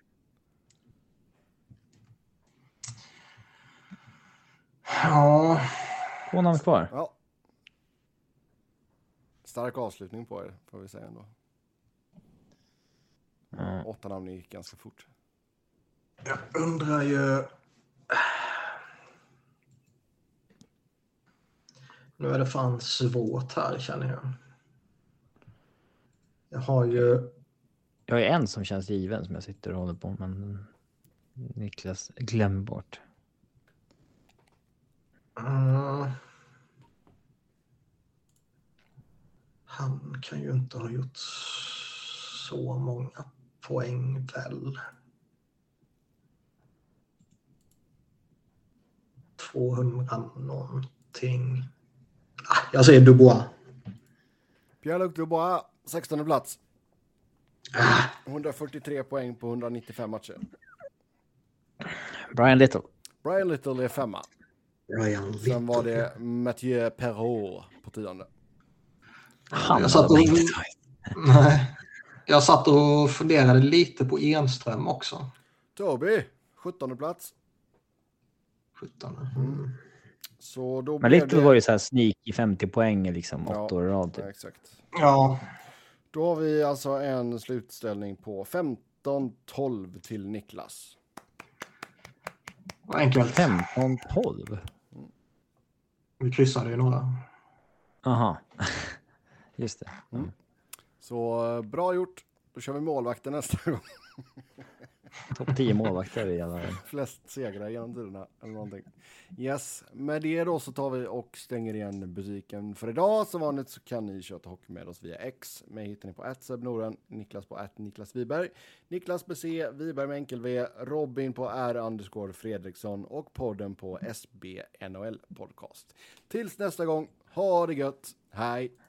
Ja, Två namn kvar. Ja. Stark avslutning på er, får vi säga ändå. Mm. Åtta namn gick ganska fort. jag undrar ju... Nu är det fan svårt här, känner jag. Jag har ju... Jag har ju en som känns given som jag sitter och håller på, men Niklas glömmer bort. Uh, han kan ju inte ha gjort så många poäng väl. tvåhundra någonting. Ah, jag säger Dubois. Pierre-Luc Dubois, sextonde plats. Ah, hundrafyrtiotre poäng på hundranittiofem matcher. Brian Little. Brian Little är femma. Ryan Little. Sen var det Mathieu Perreault på tionde. Han jag satt var och... inte tajt. Nej. Jag satt och funderade lite på Enström också. Toby, sjuttonde plats. sjutton. Mm. Så då Men blev Little det... var ju så här sneak i femtio poäng liksom, Ja, åtta år i rad typ. Ja, exakt. Ja, Då har vi alltså en slutställning på femton tolv till Niklas. vad enkelt. femton tolv. Vi kryssade ju några. Aha. Just det. Mm. Så eh, bra gjort. Då kör vi målvakten nästa gång. Topp tio målvakter i alla fall. Flest segrar genom tiderna eller någonting. Yes, med det då så tar vi och stänger igen butiken för idag. Som vanligt så kan ni köta hockey med oss via X. Mig hittar ni på at Seb Noren, Niklas på at Niklas Wiberg, Niklas B C, Wiberg med enkel V, Robin på R underscore Fredriksson och podden på S B N H L podcast. Tills nästa gång, ha det gött, hej!